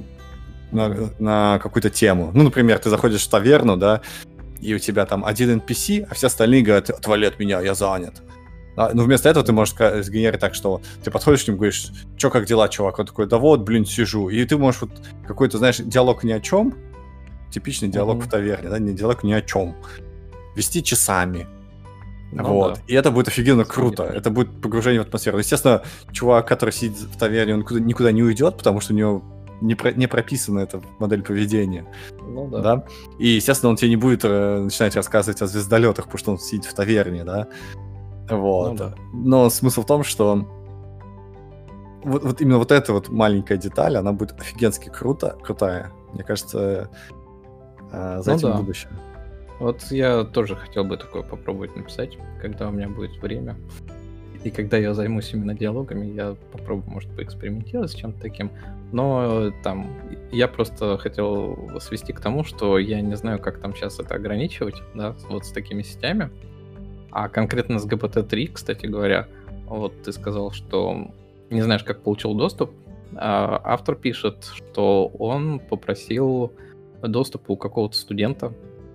S1: на какую-то тему. Ну, например, ты заходишь в таверну, да, и у тебя там один NPC, а все остальные говорят: отвали от меня, я занят. Ну, вместо этого ты можешь сгенерить так, что ты подходишь к нему, говоришь, чё, как дела, чувак? Он такой, да вот, блин, сижу. И ты можешь вот какой-то, знаешь, диалог ни о чем, типичный диалог в таверне, да, не диалог ни о чем, вести часами. Вот. Да. И это будет офигенно круто. Это будет погружение в атмосферу. Естественно, чувак, который сидит в таверне, он никуда не уйдет, потому что у него не прописана эта модель поведения.
S2: Ну да.
S1: Да? И, естественно, он тебе не будет начинать рассказывать о звездолетах, потому что он сидит в таверне, да. Вот. Ну, да. Но смысл в том, что вот именно вот эта вот маленькая деталь, она будет офигенски крутая. Мне кажется, за этим будущее.
S2: Вот я тоже хотел бы такое попробовать написать, когда у меня будет время. И когда я займусь именно диалогами, я попробую, может, поэкспериментировать с чем-то таким. Но там я просто хотел свести к тому, что я не знаю, как там сейчас это ограничивать, да, вот с такими сетями. А конкретно с GPT-3, кстати говоря, вот ты сказал, что не знаешь, как получил доступ. Автор пишет, что он попросил доступа у какого-то студента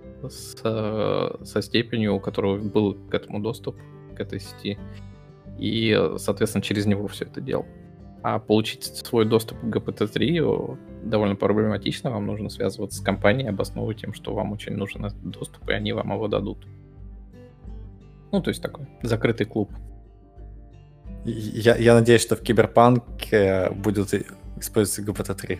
S2: со степенью, у которого был к этому доступ, к этой сети. И, соответственно, через него все это делал. А получить свой доступ к GPT-3 довольно проблематично. Вам нужно связываться с компанией, обосновывать им, что вам очень нужен этот доступ, и они вам его дадут. Ну, то есть такой закрытый клуб.
S1: Я надеюсь, что в Киберпанке будет использоваться GPT-3.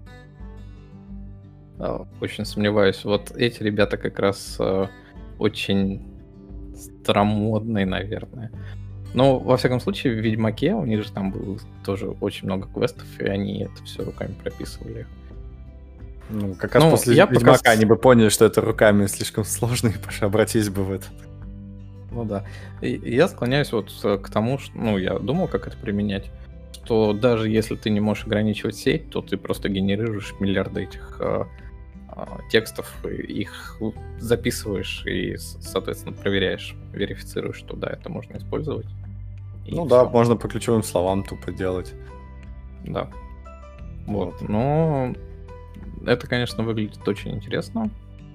S2: Очень сомневаюсь. Вот эти ребята как раз очень старомодные, наверное. Но, во всяком случае, в Ведьмаке у них же там было тоже очень много квестов, и они это все руками прописывали.
S1: Ну, как раз после Ведьмака они бы поняли, что это руками слишком сложно, и обратились бы в это.
S2: Ну да. И я склоняюсь вот к тому, что, ну, я думал, как это применять, что даже если ты не можешь ограничивать сеть, то ты просто генерируешь миллиарды этих текстов, их записываешь и, соответственно, проверяешь, верифицируешь, что да, это можно использовать.
S1: Ну да, все. Можно по ключевым словам тупо делать.
S2: Да. Вот. Но это, конечно, выглядит очень интересно.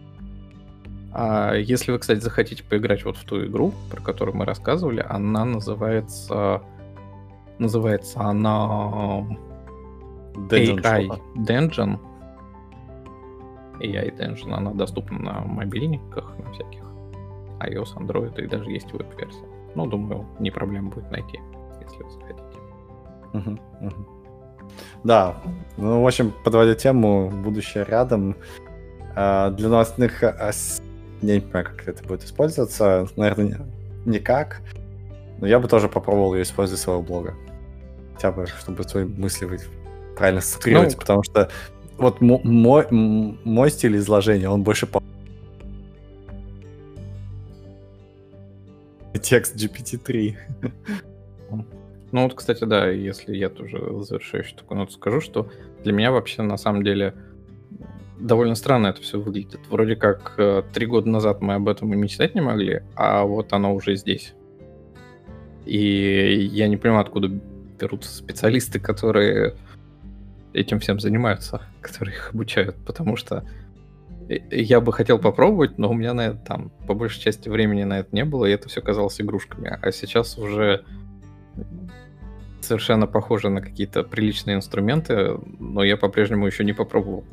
S2: А если вы, кстати, захотите поиграть вот в ту игру, про которую мы рассказывали, она называется она AI Dungeon. AI Dungeon, она доступна на мобильниках, на всяких iOS, Android, и даже есть веб-версия. Ну, думаю, не проблема будет найти, если вы захотите.
S1: Да, ну, в общем, подводя тему, будущее рядом. Для новостных... Я не понимаю, как это будет использоваться. Наверное, никак. Но я бы тоже попробовал ее использовать своего блога. Хотя бы, чтобы свои мысли правильно структурировать, потому что вот мой стиль изложения, он больше по... Текст GPT-3.
S2: Ну вот, кстати, да, если я тоже завершающую такую ноту скажу, что для меня вообще на самом деле довольно странно это все выглядит. Вроде как 3 года назад мы об этом и мечтать не могли, а вот оно уже здесь. И я не понимаю, откуда берутся специалисты, которые этим всем занимаются, которые их обучают, потому что я бы хотел попробовать, но у меня на это там по большей части времени на это не было, и это все казалось игрушками. А сейчас уже совершенно похоже на какие-то приличные инструменты, но я по-прежнему еще не попробовал.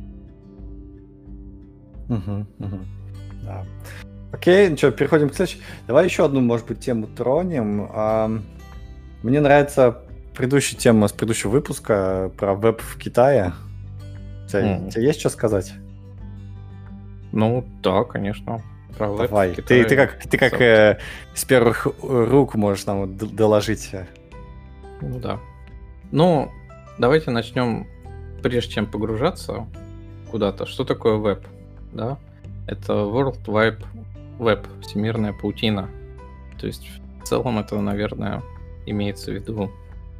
S1: Да. Окей, ну что, переходим к следующей. Давай еще одну, может быть, тему тронем. Мне нравится предыдущая тема с предыдущего выпуска про веб в Китае. У тебя есть что сказать?
S2: Ну, да, конечно.
S1: Про веб Давай. В Китае. Ты как с первых рук можешь нам доложить.
S2: Ну да. Ну, давайте начнем, прежде чем погружаться куда-то. Что такое веб? Да? Это World Wide Web, всемирная паутина. То есть в целом это, наверное, имеется в виду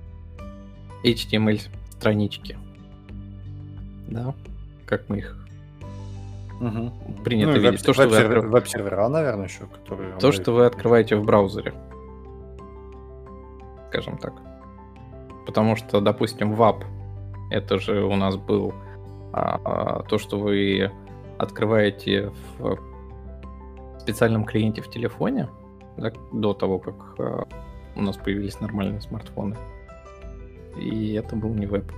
S2: HTML-странички. Да? Как мы их принято видеть.
S1: Веб-сервера, наверное, еще.
S2: То, что вы открываете в браузере. Скажем так. Потому что, допустим, WAP, это же у нас был то, что вы открываете в специальном клиенте в телефоне, да, до того, как у нас появились нормальные смартфоны. И это был не веб.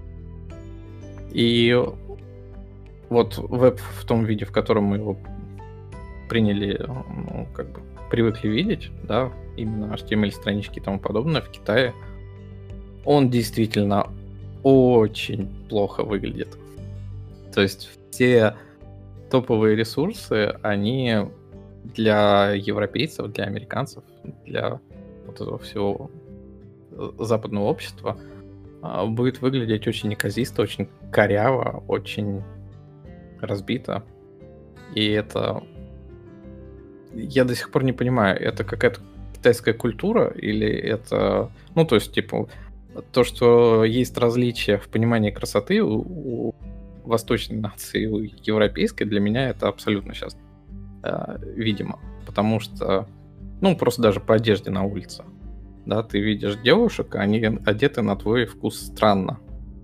S2: И вот веб в том виде, в котором мы его приняли, ну, как бы привыкли видеть, да, именно HTML-странички и тому подобное в Китае, он действительно очень плохо выглядит. То есть все топовые ресурсы, они для европейцев, для американцев, для вот этого всего западного общества будет выглядеть очень неказисто, очень коряво, очень разбито. И это... Я до сих пор не понимаю, это какая-то китайская культура или это... Ну, то есть, типа, то, что есть различия в понимании красоты у восточной нации и у европейской, для меня это абсолютно сейчас видимо. Потому что, ну, просто даже по одежде на улице. Да, ты видишь девушек, они одеты на твой вкус странно.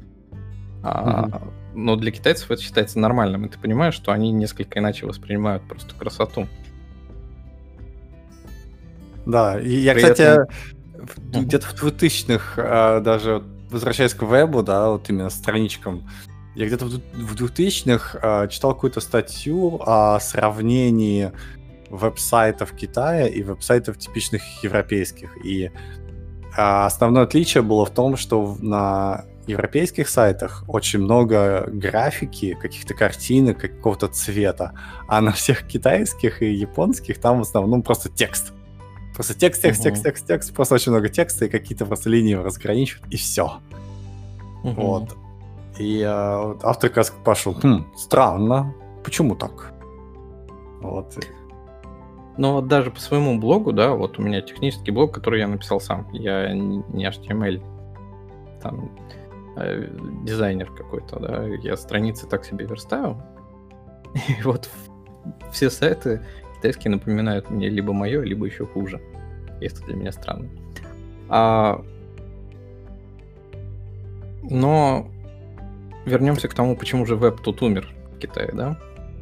S2: Но для китайцев это считается нормальным, и ты понимаешь, что они несколько иначе воспринимают просто красоту.
S1: Да, и я, кстати, где-то в 2000-х, даже возвращаясь к вебу, да, вот именно страничкам, я где-то в 2000-х читал какую-то статью о сравнении веб-сайтов Китая и веб-сайтов типичных европейских. И основное отличие было в том, что на европейских сайтах очень много графики, каких-то картинок, какого-то цвета, а на всех китайских и японских там в основном просто текст. Просто текст, просто очень много текста и какие-то просто линии разграничивают, и все. Вот. И автор как раз пошел, странно, почему так? Вот.
S2: Но вот даже по своему блогу, да, вот у меня технический блог, который я написал сам, я не HTML, там, дизайнер какой-то, да, я страницы так себе верстаю, и вот все сайты китайские напоминают мне либо мое, либо еще хуже, и это для меня странно. Но вернемся к тому, почему же веб тут умер в Китае, да?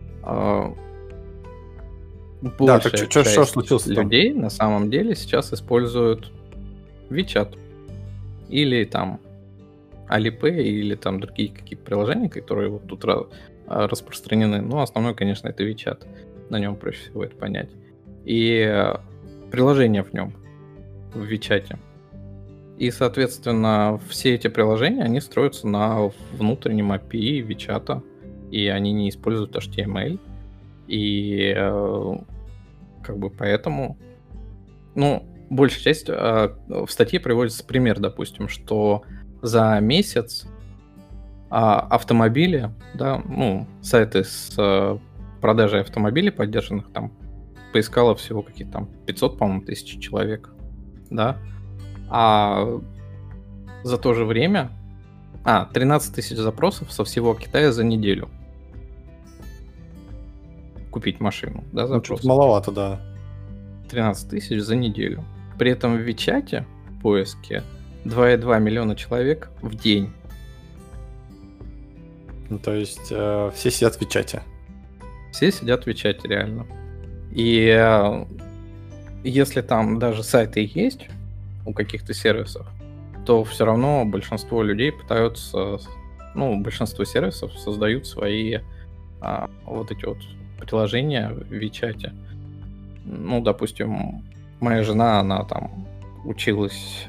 S2: Большая часть людей на самом деле сейчас используют WeChat или там Alipay или там другие какие-то приложения, которые вот тут распространены. Ну, основное, конечно, это WeChat. На нем проще всего это понять. И приложения в нем, в WeChat. И, соответственно, все эти приложения, они строятся на внутреннем API WeChat, и они не используют HTML. И как бы поэтому, ну, большая часть в статье приводится пример, допустим, что за месяц автомобили, да, ну, сайты с продажей автомобилей поддержанных там поискало всего какие-то там 500, по-моему, тысяч человек, да, а за то же время 13 тысяч запросов со всего Китая за неделю. Купить машину, да, запрос.
S1: Ну, маловато, да.
S2: 13 тысяч за неделю. При этом в WeChat в поиске 2,2 миллиона человек в день.
S1: Ну, то есть все сидят в WeChat.
S2: Все сидят в WeChat, реально. И если там даже сайты есть у каких-то сервисов, то все равно большинство людей пытаются, ну, большинство сервисов создают свои вот эти вот приложения в WeChat. Ну, допустим, моя жена, она там училась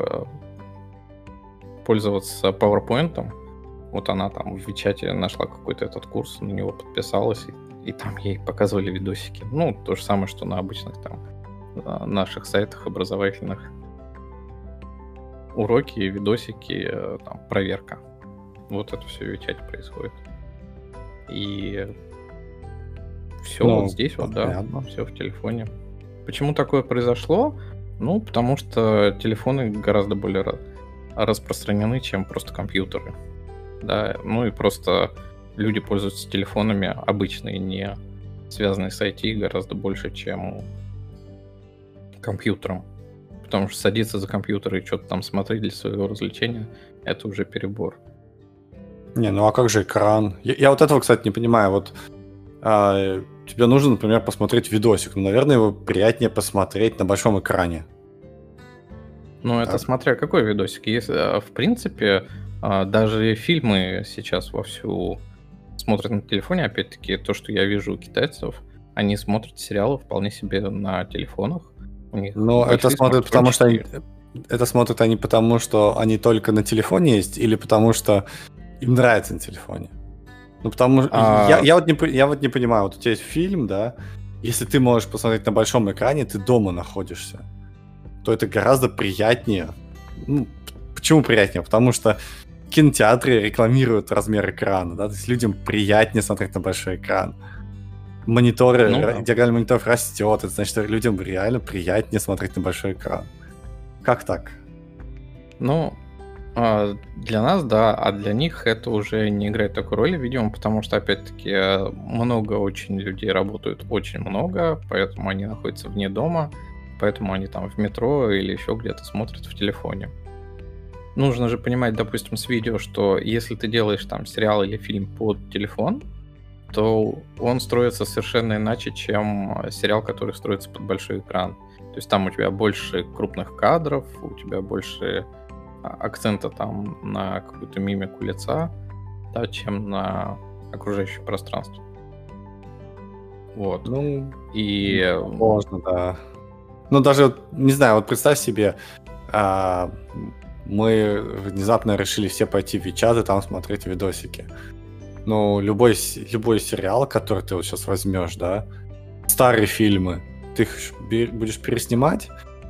S2: пользоваться PowerPoint. Вот она там в WeChat нашла какой-то этот курс, на него подписалась, и там ей показывали видосики. Ну, то же самое, что на обычных там наших сайтах образовательных. Уроки, видосики, там, проверка. Вот это все в WeChat происходит. И все вот здесь вот, понятно. Да, все в телефоне. Почему такое произошло? Ну, потому что телефоны гораздо более распространены, чем просто компьютеры. Да, ну и просто люди пользуются телефонами обычные, не связанные с IT, гораздо больше, чем компьютером. Потому что садиться за компьютер и что-то там смотреть для своего развлечения, это уже перебор.
S1: Не, ну а как же экран? Я вот этого, кстати, не понимаю. Вот тебе нужно, например, посмотреть видосик. Ну, наверное, его приятнее посмотреть на большом экране.
S2: Ну, это
S1: Так.
S2: смотря какой видосик. Если, в принципе, даже фильмы сейчас вовсю смотрят на телефоне. Опять-таки, то, что я вижу у китайцев, они смотрят сериалы вполне себе на телефонах. У них
S1: Но это
S2: большие
S1: смотрят, потому что
S2: смартфончики.
S1: это смотрят они потому, что они только на телефоне есть, или потому что им нравится на телефоне? Ну, потому что я вот не понимаю, вот у тебя есть фильм, да, если ты можешь посмотреть на большом экране, ты дома находишься, то это гораздо приятнее. Ну, почему приятнее? Потому что кинотеатры рекламируют размер экрана, да, то есть людям приятнее смотреть на большой экран. Мониторы,
S2: Ну да.
S1: диагональ мониторов растет, это значит, что людям реально приятнее смотреть на большой экран. Как так?
S2: Ну, для нас, да, а для них это уже не играет такой роли, видимо, потому что, опять-таки, много очень людей работают, очень много, поэтому они находятся вне дома, поэтому они там в метро или еще где-то смотрят в телефоне. Нужно же понимать, допустим, с видео, что если ты делаешь там сериал или фильм под телефон, то он строится совершенно иначе, чем сериал, который строится под большой экран. То есть там у тебя больше крупных кадров, у тебя больше акцента там на какую-то мимику лица, да, чем на окружающее пространство. Вот.
S1: Ну,
S2: И
S1: можно, да. Ну, даже, вот, не знаю, вот представь себе, мы внезапно решили все пойти в WeChat и там смотреть видосики. Ну, любой сериал, который ты вот сейчас возьмешь, да, старые фильмы, ты их будешь переснимать?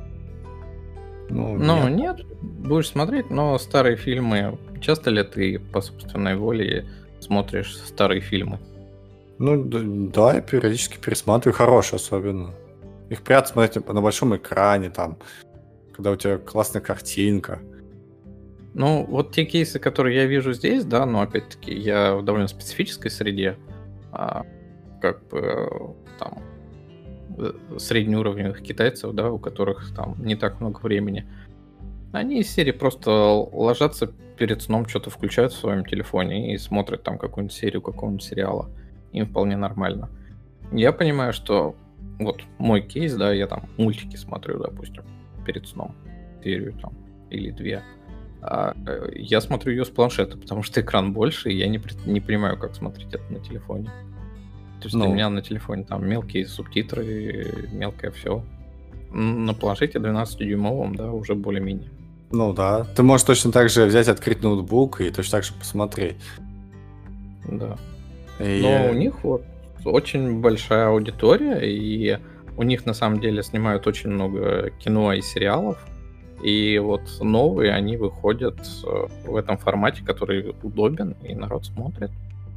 S2: Ну, нет, будешь смотреть, но старые фильмы, часто ли ты по собственной воле смотришь старые фильмы?
S1: Ну, да, я периодически пересматриваю, хорошие особенно. Их приятно смотреть на большом экране, там, когда у тебя классная картинка.
S2: Ну, вот те кейсы, которые я вижу здесь, да, но опять-таки я в довольно специфической среде, как бы там среднеуровневых китайцев, да, у которых там не так много времени. Они из серии просто ложатся перед сном, что-то включают в своем телефоне и смотрят там какую-нибудь серию какого-нибудь сериала. Им вполне нормально. Я понимаю, что вот мой кейс, да, я там мультики смотрю, допустим, перед сном, серию там или две. Я смотрю ее с планшета, потому что экран больше, и я не понимаю, как смотреть это на телефоне. То есть у меня на телефоне там мелкие субтитры, мелкое все. На планшете 12-дюймовом, да, уже более-менее.
S1: Ну да. Ты можешь точно так же взять, открыть ноутбук и точно так же посмотреть.
S2: Да. Но у них вот очень большая аудитория, и у них на самом деле снимают очень много кино и сериалов. И вот новые, они выходят в этом формате, который удобен, и народ смотрит.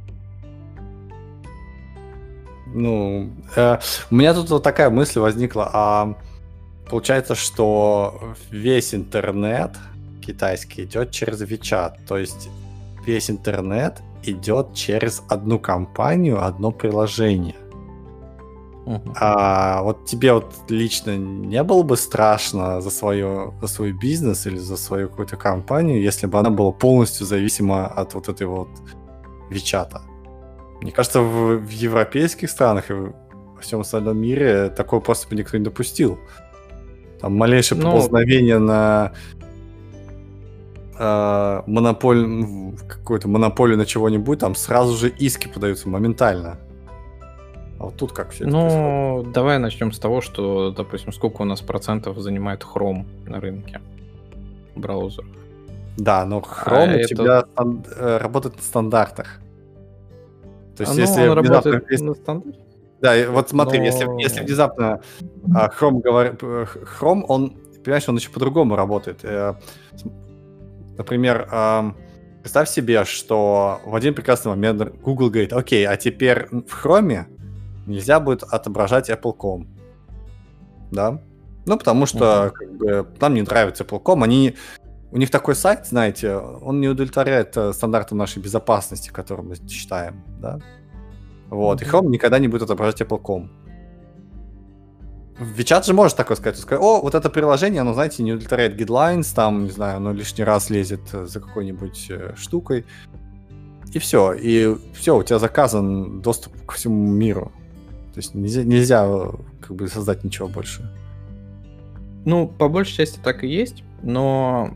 S1: Ну, у меня тут вот такая мысль возникла. Получается, что весь интернет китайский идет через WeChat. То есть весь интернет идет через одну компанию, одно приложение. Вот тебе вот лично не было бы страшно за свой бизнес или за свою какую-то компанию, если бы она была полностью зависима от вот этой вот WeChat? Мне кажется, в европейских странах и во всем остальном мире такого просто бы никто не допустил. Там малейшее поползновение на какую-то монополию на чего-нибудь, там сразу же иски подаются моментально. А вот тут как все это происходит?
S2: Давай начнем с того, что, допустим, сколько у нас процентов занимает Chrome на рынке браузеров.
S1: Да, но Chrome у тебя работает на стандартах. То есть, если
S2: он работает на стандарте?
S1: Да, вот смотри, если внезапно Chrome, он, понимаешь, он еще по-другому работает. Например, представь себе, что в один прекрасный момент Google говорит: окей, а теперь в Chrome нельзя будет отображать Apple.com. Да? Ну, потому что как бы, нам не нравится Apple.com. У них такой сайт, знаете, он не удовлетворяет стандартам нашей безопасности, которые мы считаем, да? Вот, и Chrome никогда не будет отображать Apple.com. WeChat же может такое сказать, вот это приложение, оно, знаете, не удовлетворяет guidelines, там, не знаю, оно лишний раз лезет за какой-нибудь штукой, и все, у тебя заказан доступ ко всему миру. То есть нельзя как бы создать ничего больше.
S2: Ну, по большей части так и есть, но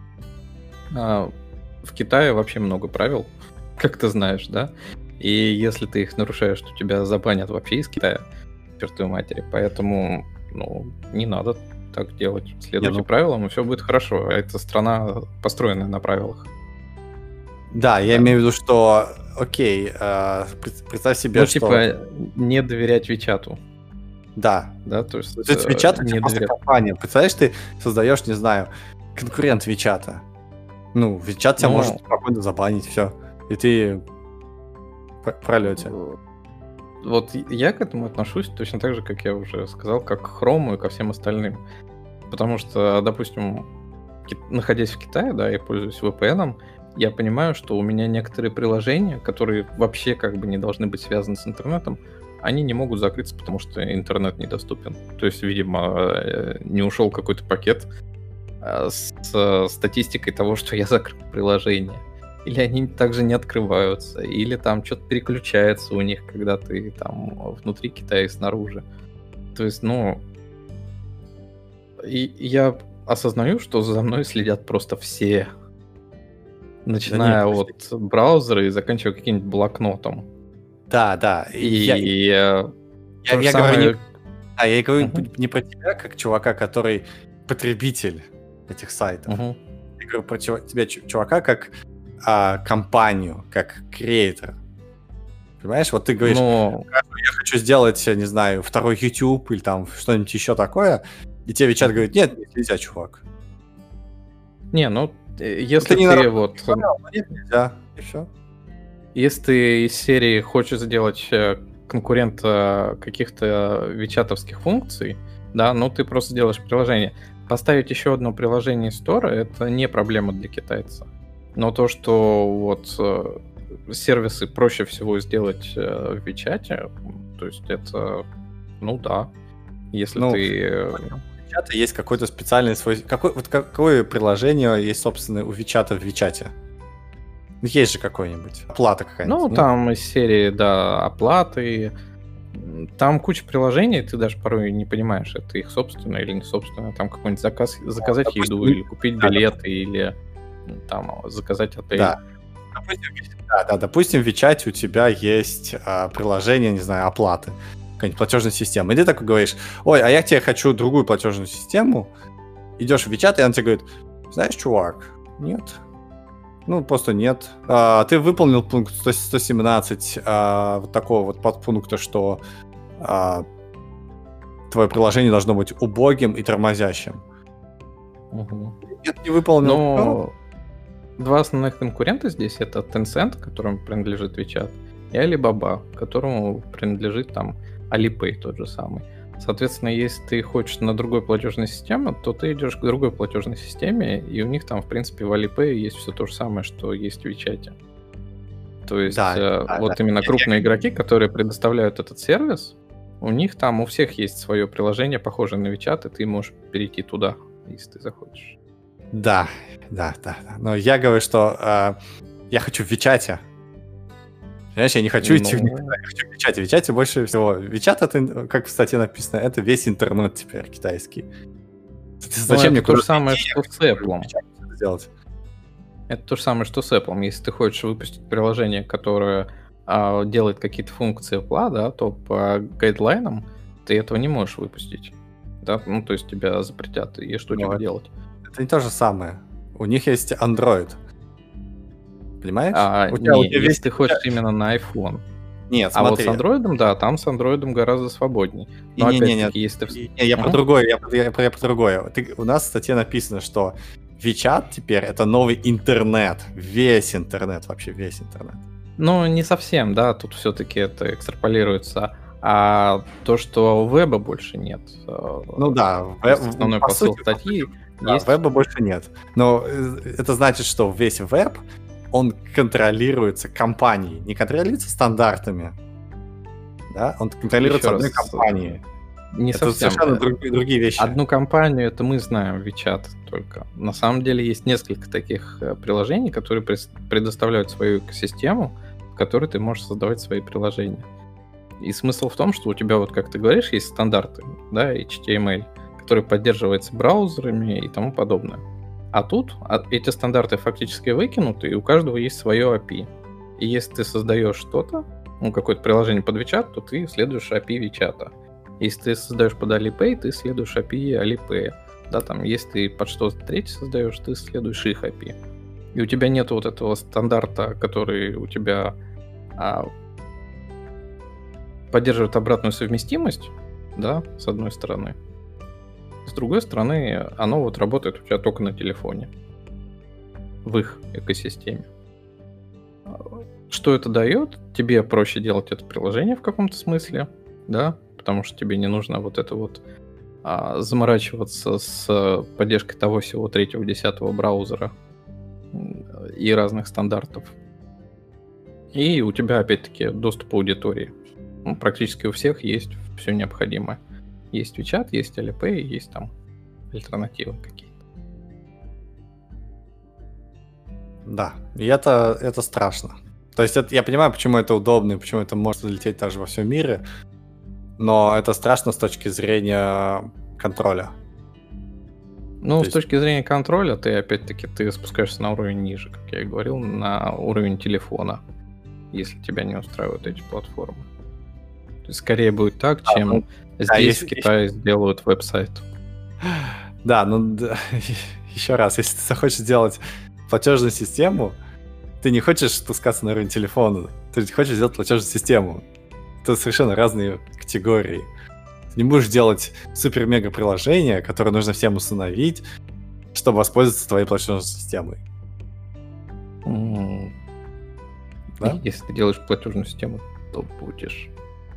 S2: в Китае вообще много правил, как ты знаешь, да? И если ты их нарушаешь, то тебя забанят вообще из Китая, к чертовой матери. Поэтому, не надо так делать. Следуйте правилам, и все будет хорошо. Это страна, построенная на правилах.
S1: Да, я имею в виду, что, окей, представь себе, что...
S2: не доверять Вичату.
S1: Да.
S2: То есть
S1: Вичат — это просто компания. Представляешь, ты создаешь, не знаю, конкурент Вичата. Вичат тебя может спокойно забанить, все. И ты в пролете.
S2: Вот я к этому отношусь точно так же, как я уже сказал, как к Хрому и ко всем остальным. Потому что, допустим, находясь в Китае, да, я пользуюсь VPN-ом, я понимаю, что у меня некоторые приложения, которые вообще как бы не должны быть связаны с интернетом, они не могут закрыться, потому что интернет недоступен. То есть, видимо, не ушел какой-то пакет с статистикой того, что я закрыл приложение. Или они также не открываются, или там что-то переключается у них, когда ты там внутри Китая и снаружи. То есть, и я осознаю, что за мной следят просто все. Начиная от браузера и заканчивая каким-нибудь блокнотом.
S1: Да.
S2: Я
S1: говорю не про тебя, как чувака, который потребитель этих сайтов. Я говорю про тебя, чувака, как компанию, как креатор. Понимаешь? Вот ты говоришь, я хочу сделать, не знаю, второй YouTube или там что-нибудь еще такое, и тебе Вичат говорит, нет, нельзя, чувак.
S2: Если ты вот...
S1: Нет, нельзя, и все.
S2: Если ты из серии хочешь сделать конкурента каких-то вичатовских функций, да, ты просто делаешь приложение. Поставить еще одно приложение из Store — это не проблема для китайца. Но то, что вот сервисы проще всего сделать в Вичате, то есть это, да. Если ты...
S1: У Вичата есть какой-то специальный свой... Какое приложение есть, собственно, у Вичата в Вичате? Есть же какой-нибудь. Оплата какая-нибудь.
S2: Там из серии, да, оплаты. Там куча приложений, ты даже порой не понимаешь, это их собственное или не собственное. Там какой-нибудь заказать еду, или купить билеты, или там заказать отель.
S1: Да. Допустим, в Вичате у тебя есть приложение, не знаю, оплаты. Какая-нибудь платежная система. И ты такой говоришь, ой, а я тебе хочу другую платежную систему. Идешь в Вичат, и он тебе говорит, знаешь, чувак, нет. Просто нет. Ты выполнил пункт 117 вот такого вот подпункта, что твое приложение должно быть убогим и тормозящим. Нет, не выполнил.
S2: Два основных конкурента здесь — это Tencent, которому принадлежит WeChat, и Alibaba, которому принадлежит там Alipay тот же самый. Соответственно, если ты хочешь на другой платежной системе, то ты идешь к другой платежной системе, и у них там, в принципе, в Alipay есть все то же самое, что есть в WeChat. То есть именно крупные игроки, которые предоставляют этот сервис, у них там у всех есть свое приложение, похожее на WeChat, и ты можешь перейти туда, если ты захочешь.
S1: Да. Но я говорю, что я хочу в Вичате. Понимаешь, я не хочу идти в Вичате. Я хочу в Вичате. В Вичате больше всего. Вичат — это, как в статье написано, это весь интернет теперь китайский.
S2: Зачем мне то же самое, что с Apple.
S1: Сделать?
S2: Это то же самое, что с Apple. Если ты хочешь выпустить приложение, которое делает какие-то функции Apple, да, то по гайдлайнам ты этого не можешь выпустить. Да? То есть тебя запретят, и что тебе делать?
S1: Это не то же самое. У них есть Android. Понимаешь?
S2: Если ты хочешь именно на iPhone.
S1: Нет,
S2: смотри. А вот с Android, да, там с Android гораздо свободней. Но
S1: опять-таки, если ты... Я про другое, я про другое. У нас в статье написано, что WeChat теперь это новый интернет. Весь интернет, вообще весь интернет.
S2: Не совсем, да, тут все-таки это экстраполируется. А то, что веба больше нет.
S1: Основной
S2: посыл статьи.
S1: Веба больше нет. Но это значит, что весь веб, он контролируется компанией, не контролируется стандартами. Да? Он контролируется одной компанией.
S2: Не
S1: это
S2: совсем.
S1: Совершенно другие вещи.
S2: Одну компанию, это мы знаем, WeChat только. На самом деле есть несколько таких приложений, которые предоставляют свою экосистему, в которой ты можешь создавать свои приложения. И смысл в том, что у тебя, вот как ты говоришь, есть стандарты, да, HTML, который поддерживается браузерами и тому подобное. А тут эти стандарты фактически выкинуты, и у каждого есть свое API. И если ты создаешь что-то, какое-то приложение под WeChat, то ты следуешь API WeChat. Если ты создаешь под Alipay, ты следуешь API Alipay. Да, там, если ты под что-то третье создаешь, ты следуешь их API. И у тебя нет вот этого стандарта, который у тебя поддерживает обратную совместимость, да, с одной стороны. С другой стороны, оно вот работает у тебя только на телефоне, в их экосистеме. Что это дает? Тебе проще делать это приложение в каком-то смысле, да, потому что тебе не нужно вот это вот заморачиваться с поддержкой того всего 3-10 браузера и разных стандартов. И у тебя, опять-таки, доступ к аудитории. Практически у всех есть все необходимое. Есть WeChat, есть Alipay, есть там альтернативы какие-то.
S1: Да, и это страшно. То есть я понимаю, почему это удобно и почему это может залететь даже во всем мире, но это страшно с точки зрения контроля.
S2: С точки зрения контроля, ты спускаешься на уровень ниже, как я и говорил, на уровень телефона, если тебя не устраивают эти платформы. То есть скорее будет так, чем здесь в Китае сделают веб-сайт.
S1: Да, еще раз, если ты захочешь сделать платежную систему, ты не хочешь спускаться на уровень телефона, ты хочешь сделать платежную систему. Это совершенно разные категории. Ты не будешь делать супер-мега-приложение, которое нужно всем установить, чтобы воспользоваться твоей платежной системой.
S2: Да? Если ты делаешь платежную систему, то будешь.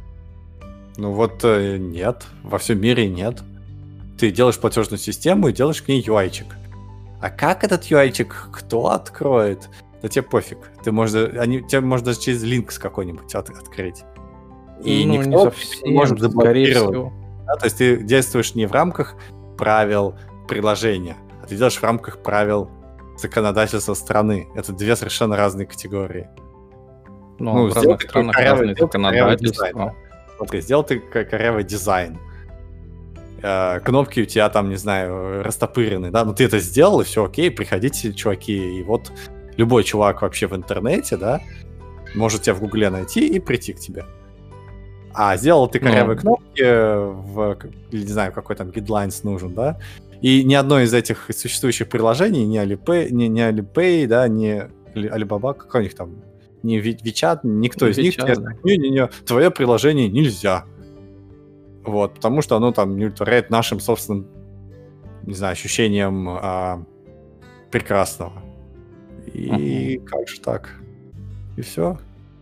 S1: Нет, во всем мире нет. Ты делаешь платежную систему и делаешь к ней UI-чик. А как этот UI-чик кто откроет? Да тебе пофиг. Тебе можно даже через Linux какой-нибудь открыть. И никто
S2: не совсем,
S1: может заблокировать. Да, то есть ты действуешь не в рамках правил приложения, а ты делаешь в рамках правил законодательства страны. Это две совершенно разные категории.
S2: В разных странах разные законодательства.
S1: Смотри, сделал ты корявый дизайн. Кнопки у тебя там, не знаю, растопырены, да? Ты это сделал, и все окей, приходите, чуваки. И вот любой чувак вообще в интернете, да, может тебя в Гугле найти и прийти к тебе. А сделал ты корявые кнопки не знаю, какой там Guidelines нужен, да? И ни одно из этих существующих приложений, ни Alipay, да, ни Alibaba, какой у них там, ни WeChat, никто из них не, твое приложение нельзя. Вот, потому что оно там не удовлетворяет нашим собственным, не знаю, ощущениям прекрасного. И как же так? И все.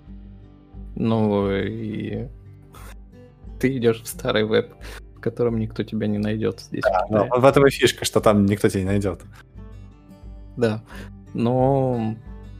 S2: И ты идешь в старый веб, в котором никто тебя не найдет здесь.
S1: Да, в этом и фишка, что там никто тебя не найдет.
S2: Да, но...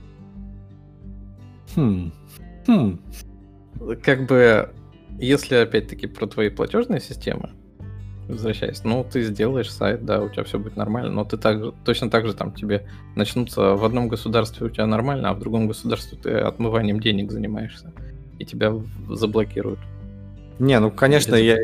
S2: Как бы, если опять-таки про твои платежные системы, возвращаясь, ты сделаешь сайт, да, у тебя все будет нормально, но ты точно так же там тебе начнутся в одном государстве у тебя нормально, а в другом государстве ты отмыванием денег занимаешься, и тебя заблокируют.
S1: Конечно, я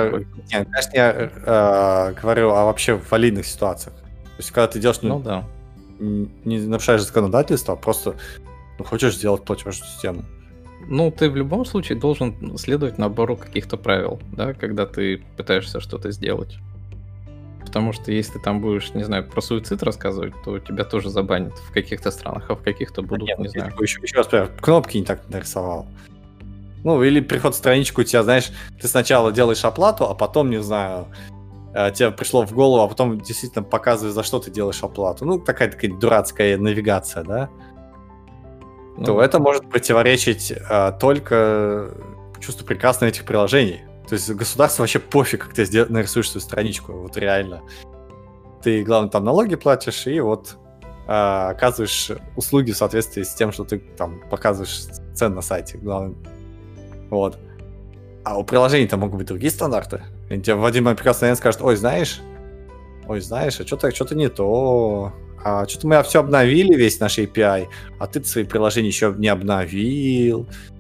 S1: говорю о вообще валидных ситуациях. То есть, когда ты делаешь, не нарушаешь законодательство, а просто хочешь сделать платежную систему.
S2: Ты в любом случае должен следовать набору каких-то правил, да, когда ты пытаешься что-то сделать. Потому что если ты там будешь, не знаю, про суицид рассказывать, то тебя тоже забанят в каких-то странах, а в каких-то будут, не знаю.
S1: Еще раз, кнопки не так нарисовал. Или приход в страничку, у тебя, знаешь, ты сначала делаешь оплату, а потом, не знаю, тебе пришло в голову, а потом действительно показывает, за что ты делаешь оплату. Такая дурацкая навигация, да? То это может противоречить только чувству прекрасного этих приложений. То есть государству вообще пофиг, как ты нарисуешь свою страничку, вот реально. Ты, главное, там налоги платишь и вот оказываешь услуги в соответствии с тем, что ты там показываешь цены на сайте. Главное. Вот. А у приложений-то могут быть другие стандарты. И тебе в один прекрасный момент скажут: ой, знаешь, а что-то не то. А что-то мы все обновили, весь наш API, а ты свои приложения еще не обновил.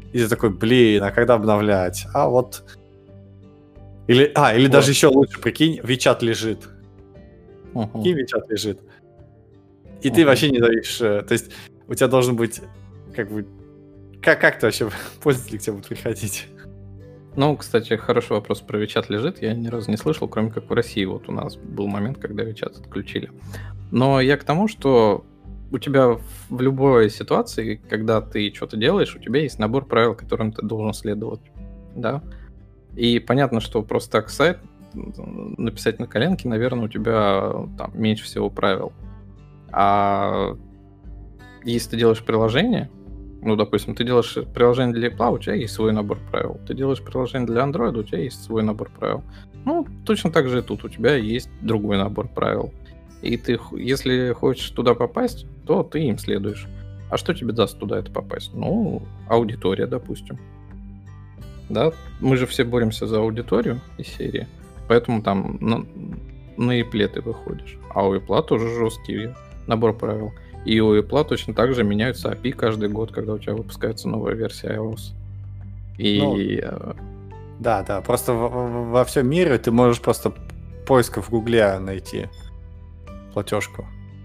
S1: И ты такой, блин, а когда обновлять? А вот... Или
S2: Вот.
S1: даже еще лучше, прикинь, WeChat лежит. Прикинь, WeChat лежит. И ты вообще не зависишь. То есть у тебя должен быть как бы... Как ты вообще пользователи к тебе будут приходить?
S2: Ну, кстати, хороший вопрос про WeChat лежит. Я ни разу не слышал, кроме как в России. Вот у нас был момент, когда WeChat отключили. Но я к тому, что у тебя в любой ситуации, когда ты что-то делаешь, у тебя есть набор правил, которым ты должен следовать. Да? И понятно, что просто так сайт написать на коленке, наверное, у тебя там меньше всего правил. А если ты делаешь приложение, ну, допустим, ты делаешь приложение для Apple, у тебя есть свой набор правил. Ты делаешь приложение для Android, у тебя есть свой набор правил. Ну, точно так же и тут у тебя есть другой набор правил. И ты, если хочешь туда попасть, то ты им следуешь. А что тебе даст туда это попасть? Ну, аудитория, допустим. Да, мы же все боремся за аудиторию из серии, поэтому там на Apple ты выходишь. А у Apple тоже жесткий набор правил. И у Apple точно так же меняются API каждый год, когда у тебя выпускается новая версия iOS. И...
S1: Да, просто во всем мире ты можешь просто поиском в Гугле найти платежку.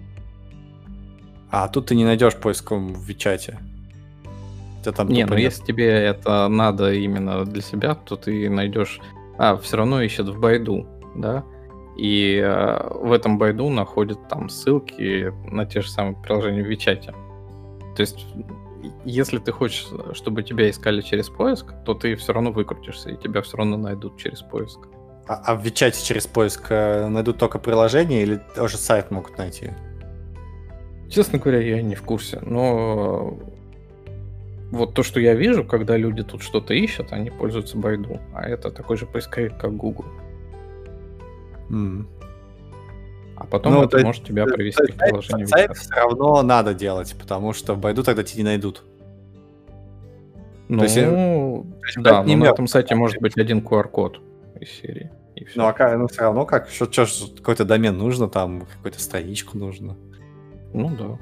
S1: А тут ты не найдешь поиском в WeChat.
S2: Не, ну если тебе это надо именно для себя, то ты найдешь... все равно ищет в Байду, да? И в этом Байду находят там ссылки на те же самые приложения в WeChat. То есть, если ты хочешь, чтобы тебя искали через поиск, то ты все равно выкрутишься, и тебя все равно найдут через поиск.
S1: А в WeChat через поиск найдут только приложение или тоже сайт могут найти?
S2: Честно говоря, я не в курсе, но вот то, что я вижу, когда люди тут что-то ищут, они пользуются Байду, а это такой же поисковик, как Google. А потом это может тебя привести к приложению.
S1: Сайт все равно надо делать, потому что в Байду тогда тебя не найдут.
S2: Ну, да, но на этом сайте может быть один QR-код из серии.
S1: Ну, все равно как, что какой-то домен нужно, там какую-то страничку нужно.
S2: Ну, да.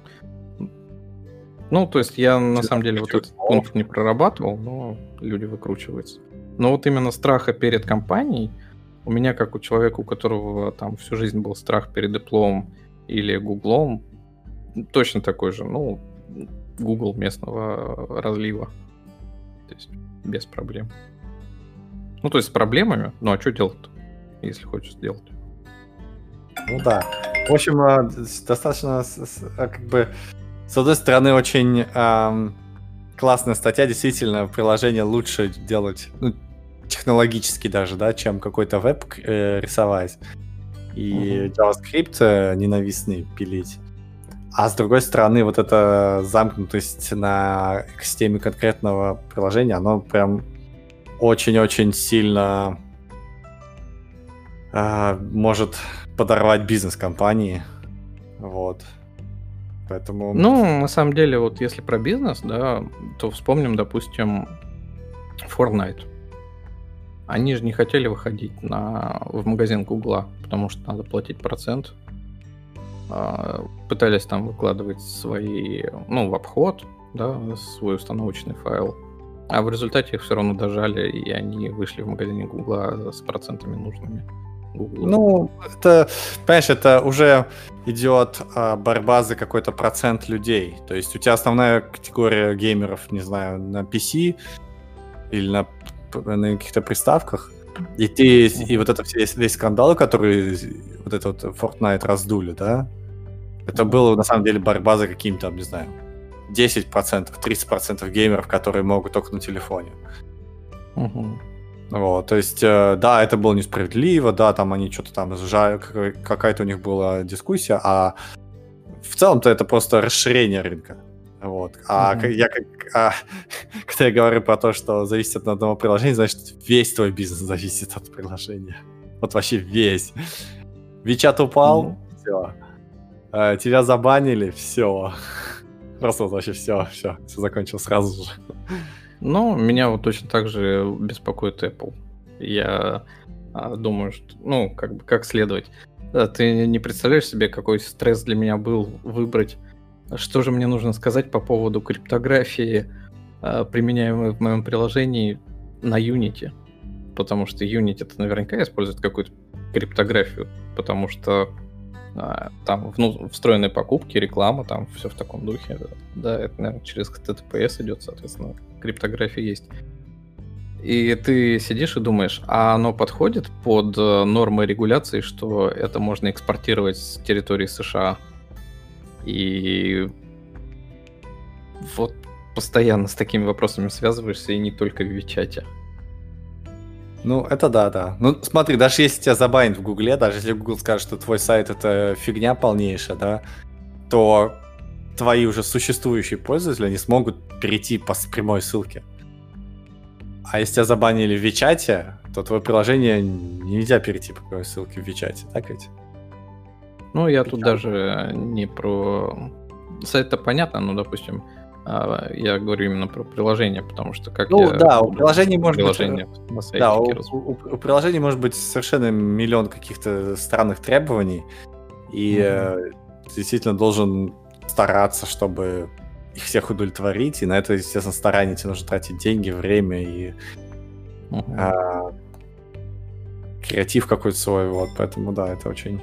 S2: Ну, то есть я на самом деле вот этот пункт не прорабатывал, но люди выкручиваются. Но вот именно страха перед компанией у меня, как у человека, у которого там всю жизнь был страх перед Apple или Гуглом, точно такой же, ну, Google местного разлива. То есть без проблем. Ну, то есть с проблемами, ну, а что делать-то, если хочешь сделать?
S1: Ну да. В общем, достаточно, как бы, с одной стороны, очень классная статья, действительно, приложение лучше делать, ну, технологически даже, да, чем какой-то веб рисовать и JavaScript ненавистный пилить. А с другой стороны, вот эта замкнутость на экосистеме конкретного приложения, оно прям очень-очень сильно может подорвать бизнес компании. Вот. Поэтому...
S2: Ну, на самом деле, вот если про бизнес, да, то вспомним, допустим, Fortnite. Они же не хотели выходить в магазин Гугла, потому что надо платить процент. Пытались там выкладывать свои, ну, в обход, да, свой установочный файл. А в результате их все равно дожали, и они вышли в магазине Гугла с процентами нужными Гуглу.
S1: Ну, это, понимаешь, это уже идет борьба за какой-то процент людей. То есть у тебя основная категория геймеров, не знаю, на PC или на каких-то приставках, и вот это весь скандал, который вот этот вот Fortnite раздули, да, это было на самом деле борьба за каким-то, не знаю, 10%, 30% геймеров, которые могут только на телефоне. Вот, то есть, да, это было несправедливо, да, там они что-то там сжали, какая-то у них была дискуссия, а в целом-то это просто расширение рынка. Вот. Когда я говорю про то, что зависит от одного приложения, значит, весь твой бизнес зависит от приложения. Вот вообще весь. WeChat упал, все. Тебя забанили, все. Просто вот вообще все закончилось сразу же.
S2: Ну, меня вот точно так же беспокоит Apple. Я думаю, что, ну, как следовать. Ты не представляешь себе, какой стресс для меня был выбрать, что же мне нужно сказать по поводу криптографии применяемые в моем приложении на Unity. Потому что Unity это наверняка использует какую-то криптографию, потому что там встроенные покупки, реклама, там все в таком духе. Да, это, наверное, через HTTPS идет, соответственно, криптография есть. И ты сидишь и думаешь, а оно подходит под нормы регуляции, что это можно экспортировать с территории США? И вот постоянно с такими вопросами связываешься, и не только в Вичате.
S1: Ну, это да. Ну, смотри, даже если тебя забанят в Гугле, даже если Google скажет, что твой сайт это фигня полнейшая, да, то твои уже существующие пользователи не смогут перейти по прямой ссылке. А если тебя забанили в Вичате, то твое приложение нельзя перейти по прямой ссылке в Вичате, так ведь?
S2: Ну, я тут даже не про... Сайт-то понятно, но, допустим, я говорю именно про приложение, потому что как
S1: ну,
S2: я...
S1: да, у приложений может
S2: приложение
S1: быть...
S2: на
S1: Да,
S2: сайтике
S1: у приложений может быть совершенно миллион каких-то странных требований, и действительно должен стараться, чтобы их всех удовлетворить, и на это, естественно, старание тебе нужно тратить деньги, время и креатив какой-то свой, вот, поэтому, да, это очень...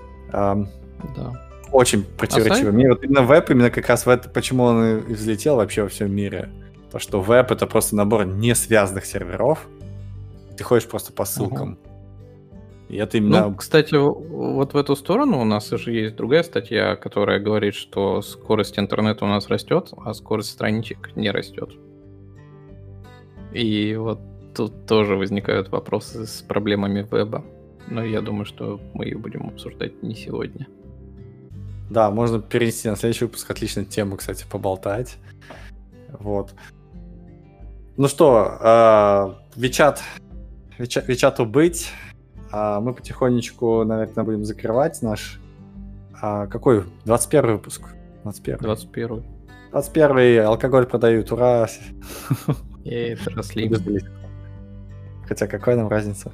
S1: Очень противоречиво. Мне вот именно веб, именно как раз почему он и взлетел вообще во всем мире. То, что веб — это просто набор несвязанных серверов. Ты ходишь просто по ссылкам. И это именно...
S2: Ну, кстати, вот в эту сторону у нас уже есть другая статья, которая говорит, что скорость интернета у нас растет, а скорость страничек не растет. И вот тут тоже возникают вопросы с проблемами веба. Но я думаю, что мы ее будем обсуждать не сегодня.
S1: Да, можно перенести на следующий выпуск. Отличная тема, кстати, поболтать. Вот. Ну что, Вичату быть. Мы потихонечку, наверное, будем закрывать наш... какой? 21 выпуск?
S2: 21.
S1: 21 алкоголь продают, ура!
S2: И росли.
S1: Хотя какая нам разница?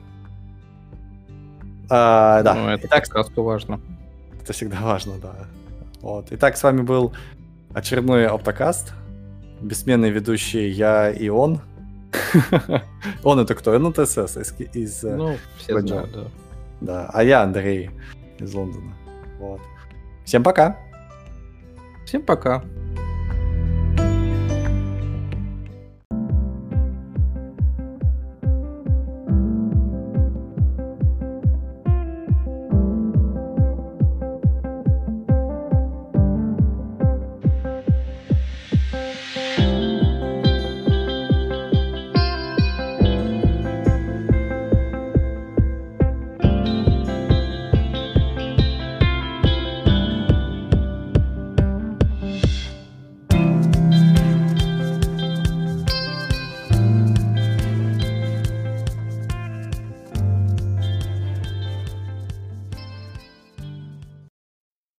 S1: Да.
S2: Ну, это подкасту важно.
S1: Это всегда важно, да. Вот. Итак, с вами был очередной Оптокаст. Бессменный ведущий я и он. Он это кто? Он ТСС из...
S2: Ну, все знают, да.
S1: Да, а я Андрей из Лондона. Вот. Всем пока!
S2: Всем пока!